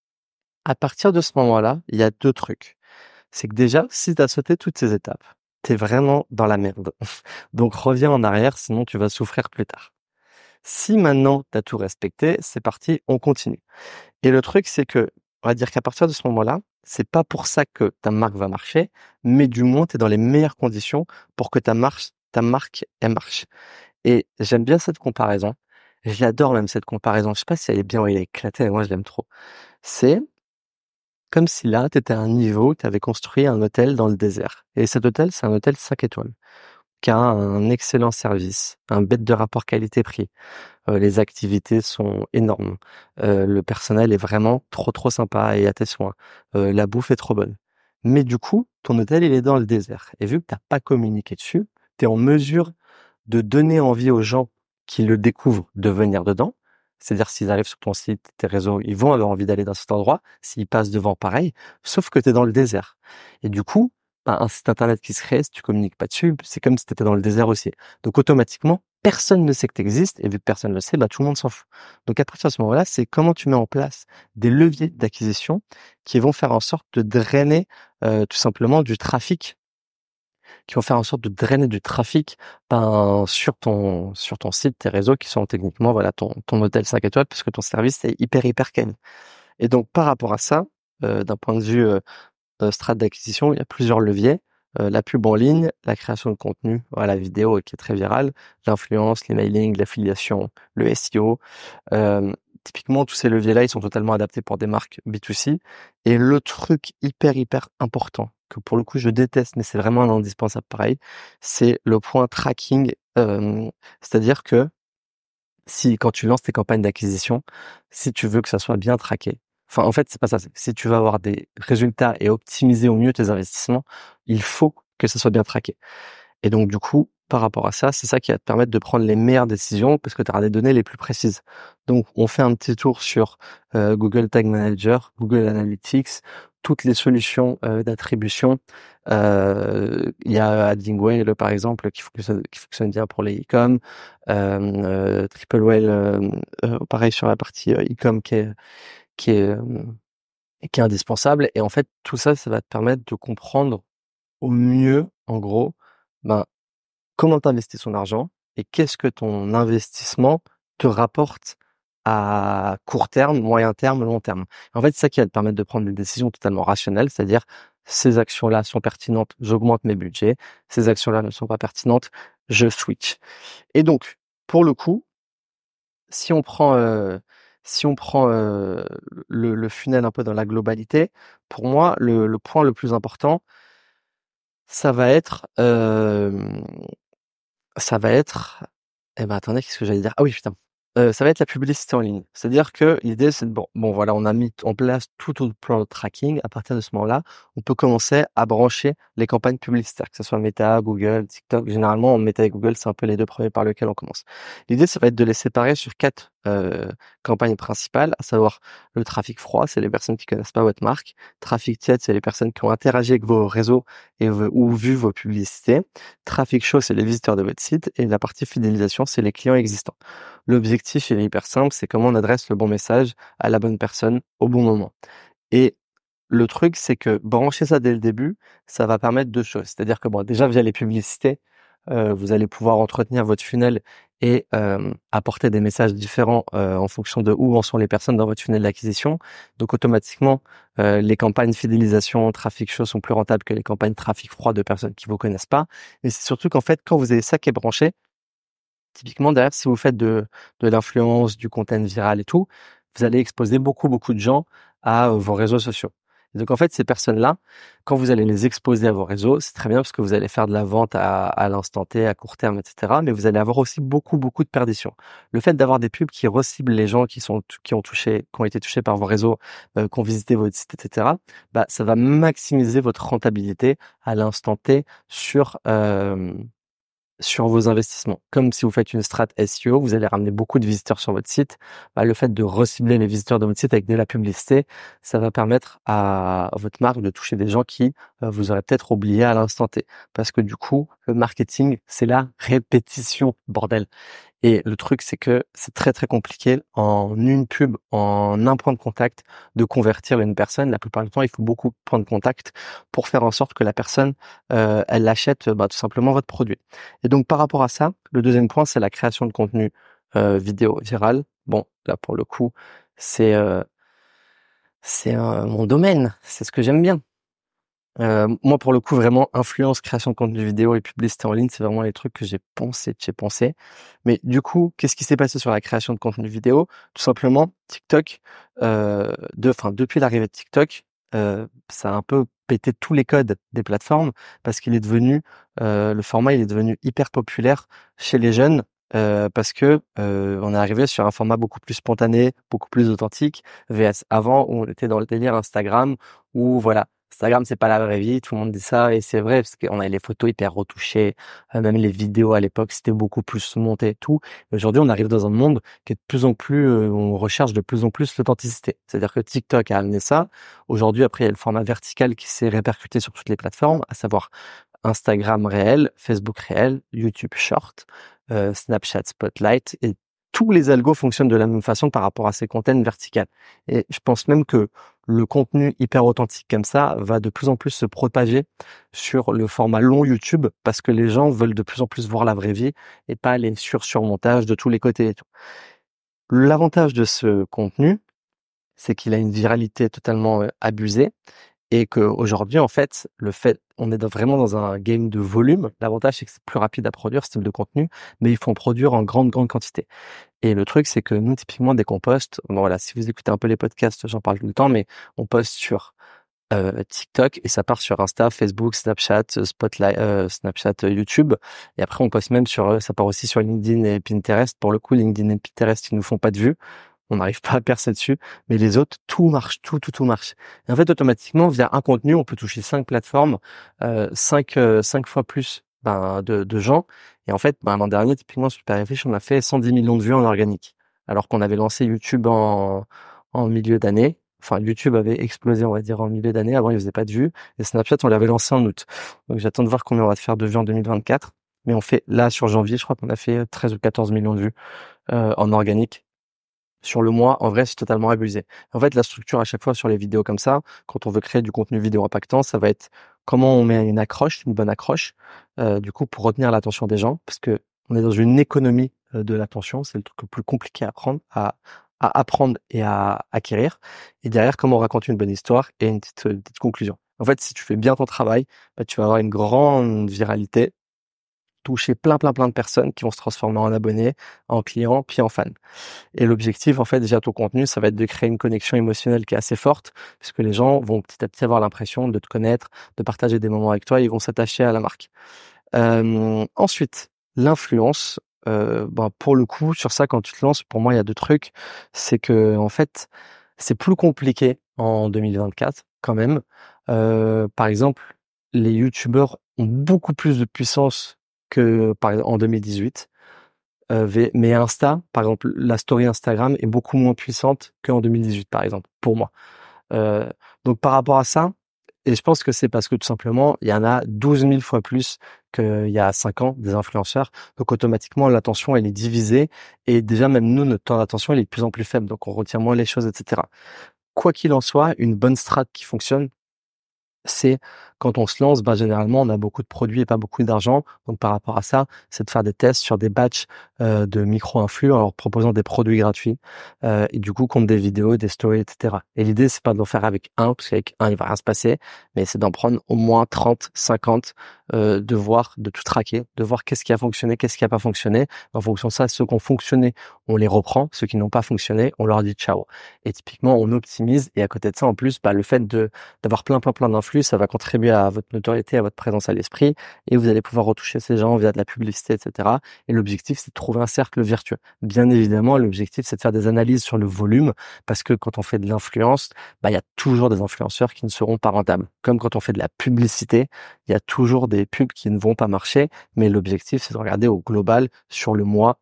À partir de ce moment-là, il y a deux trucs. C'est que déjà, si tu as sauté toutes ces étapes, t'es vraiment dans la merde. Donc reviens en arrière, sinon tu vas souffrir plus tard. Si maintenant tu as tout respecté, c'est parti, on continue. Et le truc, c'est que, on va dire qu'à partir de ce moment-là, c'est pas pour ça que ta marque va marcher, mais du moins, tu es dans les meilleures conditions pour que ta marque, ta marque, elle marche. Et j'aime bien cette comparaison. Je l'adore même cette comparaison. Je sais pas si elle est bien ou elle est éclatée, mais moi je l'aime trop. C'est comme si là, tu étais à un niveau, tu avais construit un hôtel dans le désert. Et cet hôtel, c'est un hôtel cinq étoiles, qui a un excellent service, un bête de rapport qualité-prix. Euh, les activités sont énormes. Euh, le personnel est vraiment trop trop sympa et à tes soins. Euh, la bouffe est trop bonne. Mais du coup, ton hôtel, il est dans le désert. Et vu que t'as pas communiqué dessus, tu es en mesure de donner envie aux gens qui le découvrent de venir dedans. C'est-à-dire s'ils arrivent sur ton site, tes réseaux, ils vont avoir envie d'aller dans cet endroit. S'ils passent devant, pareil. Sauf que tu es dans le désert. Et du coup, bah, un site internet qui se crée, si tu communiques pas dessus, c'est comme si tu étais dans le désert aussi. Donc automatiquement, personne ne sait que tu existes, et vu que personne ne le sait, bah, tout le monde s'en fout. Donc à partir de ce moment-là, c'est comment tu mets en place des leviers d'acquisition qui vont faire en sorte de drainer euh, tout simplement du trafic, qui vont faire en sorte de drainer du trafic ben, sur ton sur ton site, tes réseaux qui sont techniquement voilà ton ton hôtel cinq étoiles, parce que ton service est hyper hyper quali. Et donc par rapport à ça, euh, d'un point de vue euh, euh, strat d'acquisition, il y a plusieurs leviers. Euh, la pub en ligne, la création de contenu, voilà, la vidéo qui est très virale, l'influence, les mailings, l'affiliation, le S E O. Euh, typiquement, tous ces leviers-là, ils sont totalement adaptés pour des marques B deux C. Et le truc hyper, hyper important, que pour le coup, je déteste, mais c'est vraiment un indispensable pareil, c'est le point tracking. Euh, c'est-à-dire que si, quand tu lances tes campagnes d'acquisition, si tu veux que ça soit bien traqué, enfin, en fait, c'est pas ça. c'est- Si tu veux avoir des résultats et optimiser au mieux tes investissements, il faut que ça soit bien traqué. Et donc, du coup, par rapport à ça, c'est ça qui va te permettre de prendre les meilleures décisions parce que tu auras des données les plus précises. Donc, on fait un petit tour sur euh, Google Tag Manager, Google Analytics, toutes les solutions euh, d'attribution. Euh, Il y a AdLingwell, par exemple, qui fonctionne, qui fonctionne bien pour les e-com. Euh, euh, Triplewell, euh, euh, pareil sur la partie euh, e-com qui est, qui est, euh, qui est indispensable. Et en fait, tout ça, ça va te permettre de comprendre au mieux, en gros, ben, comment tu investis son argent et qu'est-ce que ton investissement te rapporte à court terme, moyen terme, long terme. En fait, c'est ça qui va te permettre de prendre des décisions totalement rationnelles, c'est-à-dire ces actions-là sont pertinentes, j'augmente mes budgets, ces actions-là ne sont pas pertinentes, je switch. Et donc, pour le coup, si on prend euh, si on prend euh, le, le funnel un peu dans la globalité, pour moi, le, le point le plus important, ça va être euh, ça va être eh ben, attendez, qu'est-ce que j'allais dire? Ah oui, putain. Heu, ça va être la publicité en ligne. C'est-à-dire que l'idée, c'est de bon bon voilà, on a mis en place tout au plan de tracking. À partir de ce moment-là, on peut commencer à brancher les campagnes publicitaires, que ce soit Meta, Google, TikTok. Généralement, Meta et Google, c'est un peu les deux premiers par lesquels on commence. L'idée, ça va être de les séparer sur quatre heu, campagnes principales, à savoir le trafic froid, c'est les personnes qui connaissent pas votre marque. Trafic tiède, c'est les personnes qui ont interagi avec vos réseaux et v ou vu vos publicités. Trafic chaud, c'est les visiteurs de votre site et la partie fidélisation, c'est les clients existants. L'objectif, il est hyper simple, c'est comment on adresse le bon message à la bonne personne au bon moment. Et le truc, c'est que brancher ça dès le début, ça va permettre deux choses. C'est-à-dire que bon, déjà via les publicités, euh, vous allez pouvoir entretenir votre funnel et euh, apporter des messages différents euh, en fonction de où en sont les personnes dans votre funnel d'acquisition. Donc automatiquement, euh, les campagnes fidélisation, trafic chaud sont plus rentables que les campagnes trafic froid de personnes qui vous connaissent pas. Mais c'est surtout qu'en fait, quand vous avez ça qui est branché, typiquement, derrière, si vous faites de, de l'influence, du content viral et tout, vous allez exposer beaucoup, beaucoup de gens à euh, vos réseaux sociaux. Et donc, en fait, ces personnes-là, quand vous allez les exposer à vos réseaux, c'est très bien parce que vous allez faire de la vente à, à l'instant T, à court terme, et cetera. Mais vous allez avoir aussi beaucoup, beaucoup de perditions. Le fait d'avoir des pubs qui reciblent les gens qui sont, qui ont touché, qui ont été touchés par vos réseaux, euh, qui ont visité votre site, et cetera, bah, ça va maximiser votre rentabilité à l'instant T sur, euh, sur vos investissements. Comme si vous faites une strat S E O, vous allez ramener beaucoup de visiteurs sur votre site. Bah, le fait de recibler les visiteurs de votre site avec de la publicité, ça va permettre à votre marque de toucher des gens qui euh, vous auraient peut-être oublié à l'instant T. Parce que du coup, le marketing, c'est la répétition, bordel. Et le truc, c'est que c'est très très compliqué en une pub, en un point de contact, de convertir une personne. La plupart du temps, il faut beaucoup de points de contact pour faire en sorte que la personne, euh, elle achète bah, tout simplement votre produit. Et donc par rapport à ça, le deuxième point, c'est la création de contenu euh, vidéo viral. Bon, là pour le coup, c'est euh, c'est euh, mon domaine, c'est ce que j'aime bien. Euh, moi, pour le coup, vraiment, influence, création de contenu vidéo et publicité en ligne, c'est vraiment les trucs que j'ai pensé, que j'ai pensé. Mais du coup, qu'est-ce qui s'est passé sur la création de contenu vidéo? Tout simplement, TikTok, euh, de, enfin, depuis l'arrivée de TikTok, euh, ça a un peu pété tous les codes des plateformes parce qu'il est devenu, euh, le format, il est devenu hyper populaire chez les jeunes. Euh, parce que euh, on est arrivé sur un format beaucoup plus spontané, beaucoup plus authentique, V S avant où on était dans le délire Instagram, où voilà, Instagram, c'est pas la vraie vie, tout le monde dit ça, et c'est vrai, parce qu'on avait les photos hyper retouchées, euh, même les vidéos à l'époque, c'était beaucoup plus monté et tout. Et aujourd'hui, on arrive dans un monde qui est de plus en plus, euh, on recherche de plus en plus l'authenticité. C'est-à-dire que TikTok a amené ça. Aujourd'hui, après, il y a le format vertical qui s'est répercuté sur toutes les plateformes, à savoir Instagram réel, Facebook réel, YouTube Short, euh, Snapchat Spotlight, et tous les algos fonctionnent de la même façon par rapport à ces contenus verticales. Et je pense même que le contenu hyper authentique comme ça va de plus en plus se propager sur le format long YouTube parce que les gens veulent de plus en plus voir la vraie vie et pas les sur-surmontages de tous les côtés et tout. L'avantage de ce contenu, c'est qu'il a une viralité totalement euh, abusée et qu'aujourd'hui, en fait, le fait, on est dans- vraiment dans un game de volume. L'avantage, c'est que c'est plus rapide à produire ce type de contenu, mais il faut en produire en grande, grande quantité. Et le truc, c'est que nous, typiquement, dès qu'on poste, bon voilà, si vous écoutez un peu les podcasts, j'en parle tout le temps, mais on poste sur euh, TikTok et ça part sur Insta, Facebook, Snapchat, euh, Spotlight, euh, Snapchat, euh, YouTube. Et après, on poste même sur, euh, ça part aussi sur LinkedIn et Pinterest. Pour le coup, LinkedIn et Pinterest, ils nous font pas de vues. On n'arrive pas à percer dessus, mais les autres, tout marche, tout, tout, tout marche. Et en fait, automatiquement, via un contenu, on peut toucher cinq plateformes, euh, cinq, euh, cinq fois plus ben, de, de gens. Et en fait, ben, l'an dernier, typiquement, sur Superfiche, on a fait cent dix millions de vues en organique. Alors qu'on avait lancé YouTube en, en milieu d'année. Enfin, YouTube avait explosé, on va dire, en milieu d'année. Avant, il faisait pas de vues. Et Snapchat, on l'avait lancé en août. Donc, j'attends de voir combien on va faire de vues en deux mille vingt-quatre. Mais on fait, là, sur janvier, je crois qu'on a fait treize ou quatorze millions de vues, euh, en organique sur le mois. En vrai, c'est totalement abusé. En fait, la structure à chaque fois sur les vidéos comme ça, quand on veut créer du contenu vidéo impactant, ça va être comment on met une accroche, une bonne accroche, euh, du coup, pour retenir l'attention des gens, parce que on est dans une économie euh, de l'attention, c'est le truc le plus compliqué à apprendre, à, à apprendre et à acquérir. Et derrière, comment raconter une bonne histoire et une petite, une petite conclusion. En fait, si tu fais bien ton travail, bah, tu vas avoir une grande viralité, toucher plein, plein, plein de personnes qui vont se transformer en abonnés, en clients, puis en fans. Et l'objectif, en fait, déjà ton contenu, ça va être de créer une connexion émotionnelle qui est assez forte, puisque les gens vont petit à petit avoir l'impression de te connaître, de partager des moments avec toi, ils vont s'attacher à la marque. Euh, ensuite, l'influence. Euh, ben, pour le coup, sur ça, quand tu te lances, pour moi, il y a deux trucs. C'est que, en fait, c'est plus compliqué en deux mille vingt-quatre, quand même. Euh, par exemple, les youtubeurs ont beaucoup plus de puissance que par exemple en deux mille dix-huit. Euh, V- mais Insta, par exemple, la story Instagram est beaucoup moins puissante qu'en deux mille dix-huit, par exemple, pour moi. Euh, donc par rapport à ça, et je pense que c'est parce que tout simplement, il y en a douze mille fois plus qu'il y a cinq ans des influenceurs. Donc automatiquement, l'attention, elle est divisée. Et déjà, même nous, notre temps d'attention, il est de plus en plus faible. Donc on retient moins les choses, et cetera. Quoi qu'il en soit, une bonne strat qui fonctionne, c'est quand on se lance, ben, généralement, on a beaucoup de produits et pas beaucoup d'argent. Donc, par rapport à ça, c'est de faire des tests sur des batchs euh, de micro-influx en leur proposant des produits gratuits euh, et du coup, contre des vidéos, des stories, et cetera. Et l'idée, c'est pas d'en faire avec un, parce qu'avec un, il va rien se passer, mais c'est d'en prendre au moins trente, cinquante, euh, de voir, de tout traquer, de voir qu'est-ce qui a fonctionné, qu'est-ce qui a pas fonctionné. En fonction de ça, ceux qui ont fonctionné, on les reprend. Ceux qui n'ont pas fonctionné, on leur dit ciao. Et typiquement, on optimise. Et à côté de ça, en plus, bah, le fait de d'avoir plein, plein, plein d'influx, ça va contribuer à votre notoriété, à votre présence à l'esprit, et vous allez pouvoir retoucher ces gens via de la publicité, et cetera. Et l'objectif, c'est de trouver un cercle vertueux. Bien évidemment, l'objectif, c'est de faire des analyses sur le volume, parce que quand on fait de l'influence, bah, il y a toujours des influenceurs qui ne seront pas rentables. Comme quand on fait de la publicité, il y a toujours des pubs qui ne vont pas marcher, mais l'objectif, c'est de regarder au global sur le mois,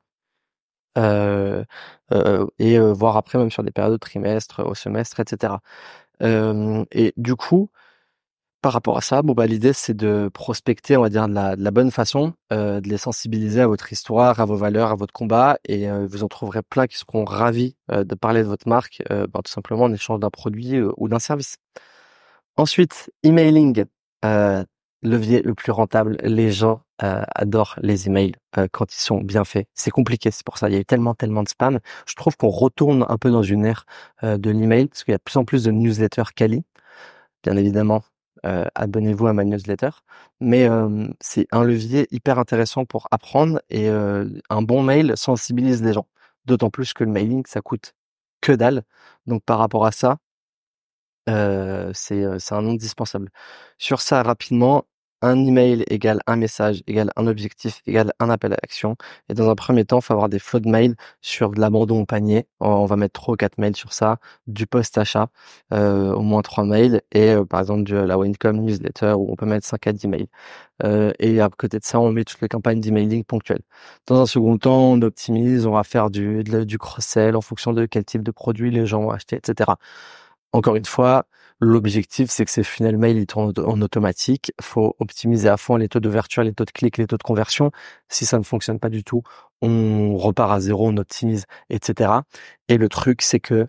euh, euh, et euh, voir après même sur des périodes de trimestre, au semestre, et cetera. Euh, et du coup, par rapport à ça, bon bah l'idée c'est de prospecter, on va dire de la, de la bonne façon, euh, de les sensibiliser à votre histoire, à vos valeurs, à votre combat, et euh, vous en trouverez plein qui seront ravis euh, de parler de votre marque, euh, bah, tout simplement en échange d'un produit euh, ou d'un service. Ensuite, emailing. Euh, levier le plus rentable. Les gens euh, adorent les emails euh, quand ils sont bien faits. C'est compliqué, c'est pour ça. Il y a eu tellement, tellement de spam. Je trouve qu'on retourne un peu dans une ère euh, de l'email parce qu'il y a de plus en plus de newsletters quali. Bien évidemment, euh, abonnez-vous à ma newsletter. Mais euh, c'est un levier hyper intéressant pour apprendre et euh, un bon mail sensibilise les gens. D'autant plus que le mailing, ça coûte que dalle. Donc par rapport à ça, Heu, c'est, heu, c'est un indispensable. Sur ça, rapidement, un email égale un message, égale un objectif, égale un appel à l'action et dans un premier temps, il faut avoir des flots de mails sur de l'abandon au panier. On on va mettre trois ou quatre mails sur ça, du post-achat, heu, au moins trois mails et heu, par exemple de la welcome newsletter où on peut mettre cinq à dix mails. Heu et à côté de ça, on met toutes les campagnes d'emailing ponctuelles. Dans un second temps, on optimise, on va faire du de du cross-sell en fonction de quel type de produit les gens vont acheter et cetera. Encore une fois, l'objectif, c'est que ces funnels mail, ils tournent en automatique. Faut optimiser à fond les taux d'ouverture, les taux de clics, les taux de conversion. Si ça ne fonctionne pas du tout, on repart à zéro, on optimise, et cetera. Et le truc, c'est que,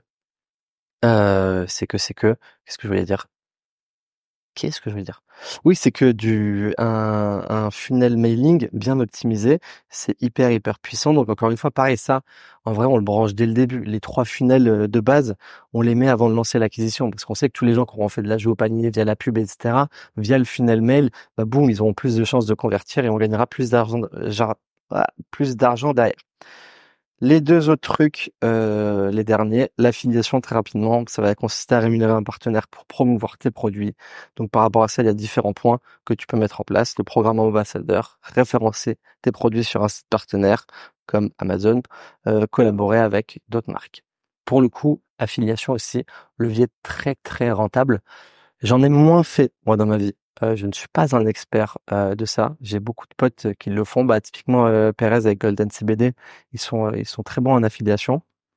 euh, c'est que, c'est que, qu'est-ce que je voulais dire? Qu'est-ce que je veux dire? Oui, c'est que du un un funnel mailing bien optimisé, c'est hyper, hyper puissant. Donc encore une fois, pareil, ça, en vrai, on le branche dès le début. Les trois funnels, heu, de base, on les met avant de lancer l'acquisition parce qu'on sait que tous les gens qui auront fait de l'achat au panier via la pub et cetera, via le funnel mail, bah, boum, ils auront plus de chances de convertir et on gagnera plus d'argent, heu, genre, ah, plus d'argent derrière. Les deux autres trucs, heu, les derniers, l'affiliation très rapidement, ça va consister à rémunérer un partenaire pour promouvoir tes produits. Donc par rapport à ça, il y a différents points que tu peux mettre en place. Le programme ambassadeur, référencer tes produits sur un site partenaire comme Amazon, heu, collaborer avec d'autres marques. Pour le coup, affiliation aussi, levier très, très rentable. J'en ai moins fait, moi, dans ma vie. Heu, je ne suis pas un expert, heu, de ça. J'ai beaucoup de potes, heu, qui le font. Bah, typiquement, heu, Perez avec Golden C B D, ils sont, heu, ils sont très bons en affiliation.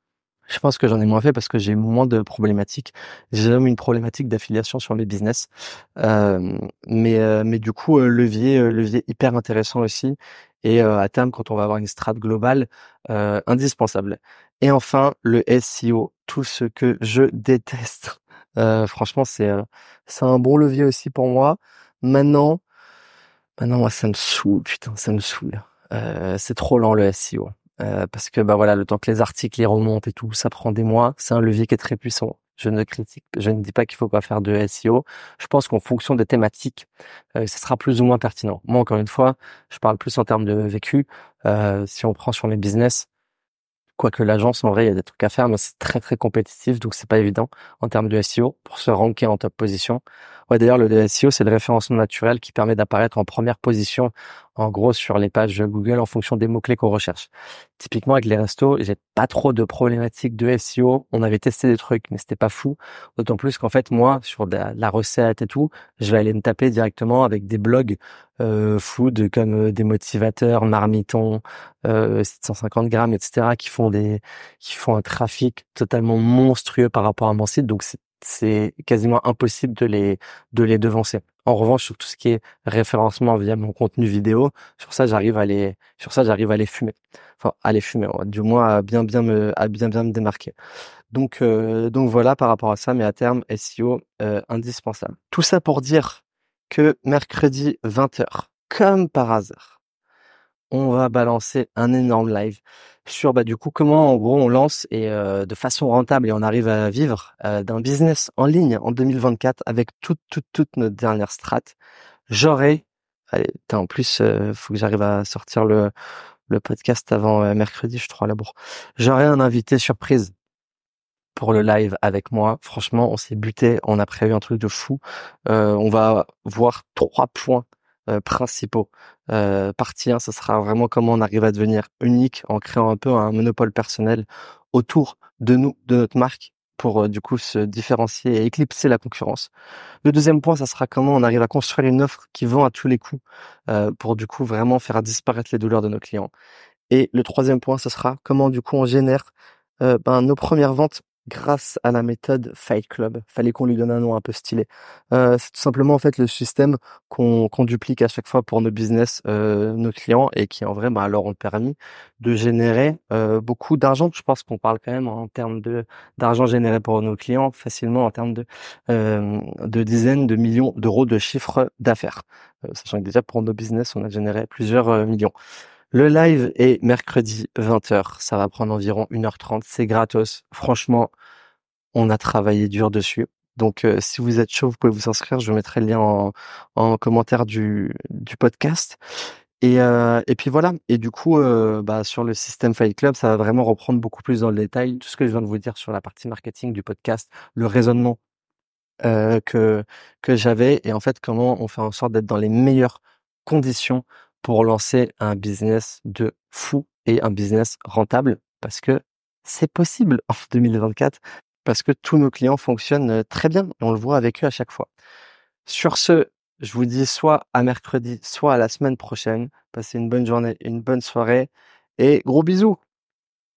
Je pense que j'en ai moins fait parce que j'ai moins de problématiques. J'ai même une problématique d'affiliation sur mes business. Hem, mais, heu, mais du coup, heu, levier, heu, levier hyper intéressant aussi et heu, à terme, quand on va avoir une strat globale, heu, indispensable. Et enfin, le S E O, tout ce que je déteste. Heu, franchement, c'est, heu, c'est un bon levier aussi pour moi. Maintenant maintenant moi ça me saoule, putain, ça me saoule. Heu, c'est trop lent le S E O. Heu, parce que, bah, voilà, le temps que les articles les remontent et tout, ça prend des mois. C'est un levier qui est très puissant. Je ne critique je ne dis pas qu'il faut pas faire de S E O. Je pense qu'en fonction des thématiques, heu, ça sera plus ou moins pertinent. Moi, encore une fois, je parle plus en termes de vécu. Heu, si on prend sur mes business, quoique l'agence, en vrai, il y a des trucs à faire, mais c'est très, très compétitif, donc c'est pas évident en termes de S E O pour se ranker en top position. Ouais, d'ailleurs, le S E O, c'est le référencement naturel qui permet d'apparaître en première position, en gros, sur les pages Google en fonction des mots-clés qu'on recherche. Typiquement, avec les restos, j'ai pas trop de problématiques de S E O. On avait testé des trucs, mais c'était pas fou. D'autant plus qu'en fait, moi, sur de la, la recette et tout, je vais aller me taper directement avec des blogs euh, food comme euh, des motivateurs, marmitons, euh, sept cent cinquante grammes, et cetera, qui font des, qui font un trafic totalement monstrueux par rapport à mon site. Donc c'est, c'est quasiment impossible de les, de les devancer. En revanche, sur tout ce qui est référencement via mon contenu vidéo, sur ça, j'arrive à les, sur ça, j'arrive à les fumer. Enfin, à les fumer, ouais, du moins à bien, bien me, à bien, bien me démarquer. Donc, euh, donc voilà par rapport à ça, mais à terme, S E O, euh, indispensable. Tout ça pour dire que mercredi vingt heures, comme par hasard, on va balancer un énorme live sur bah du coup comment en gros on lance et euh, de façon rentable et on arrive à vivre euh, d'un business en ligne en deux mille vingt-quatre avec toute toute toute notre dernière strat. J'aurai allez, putain, en plus euh, faut que j'arrive à sortir le le podcast avant euh, mercredi, je suis trop à la bourre. J'aurai un invité surprise pour le live avec moi. Franchement, on s'est buté, on a prévu un truc de fou. Euh, on va voir trois points euh, principaux. Euh, partie un, ce sera vraiment comment on arrive à devenir unique en créant un peu un monopole personnel autour de nous, de notre marque, pour euh, du coup se différencier et éclipser la concurrence. Le deuxième point, ça sera comment on arrive à construire une offre qui vend à tous les coups euh, pour du coup vraiment faire disparaître les douleurs de nos clients. Et le troisième point, ce sera comment du coup on génère euh, ben, nos premières ventes grâce à la méthode Fight Club. Fallait qu'on lui donne un nom un peu stylé. Heu, c'est tout simplement, en fait, le système qu'on qu'on duplique à chaque fois pour nos business, heu, nos clients et qui, en vrai, bah, leur ont permis de générer, heu, beaucoup d'argent. Je pense qu'on parle quand même en termes de d'argent généré pour nos clients facilement en termes de, hem, de dizaines de millions d'euros de chiffre d'affaires. Heu, sachant que déjà pour nos business, on a généré plusieurs, heu, millions. Le live est mercredi vingt heures. Ça va prendre environ une heure trente. C'est gratos. Franchement, on a travaillé dur dessus. Donc, euh, si vous êtes chaud, vous pouvez vous inscrire. Je mettrai le lien en, en commentaire du, du podcast. Et, euh, et puis voilà. Et du coup, euh, bah, sur le système Fight Club, ça va vraiment reprendre beaucoup plus dans le détail tout ce que je viens de vous dire sur la partie marketing du podcast, le raisonnement euh, que que j'avais et en fait comment on fait en sorte d'être dans les meilleures conditions pour lancer un business de fou et un business rentable parce que c'est possible en deux mille vingt-quatre parce que tous nos clients fonctionnent euh, très bien et on le voit avec eux à chaque fois. Sur ce, je vous dis soit à mercredi, soit à la semaine prochaine. Passez une bonne journée, une bonne soirée et gros bisous.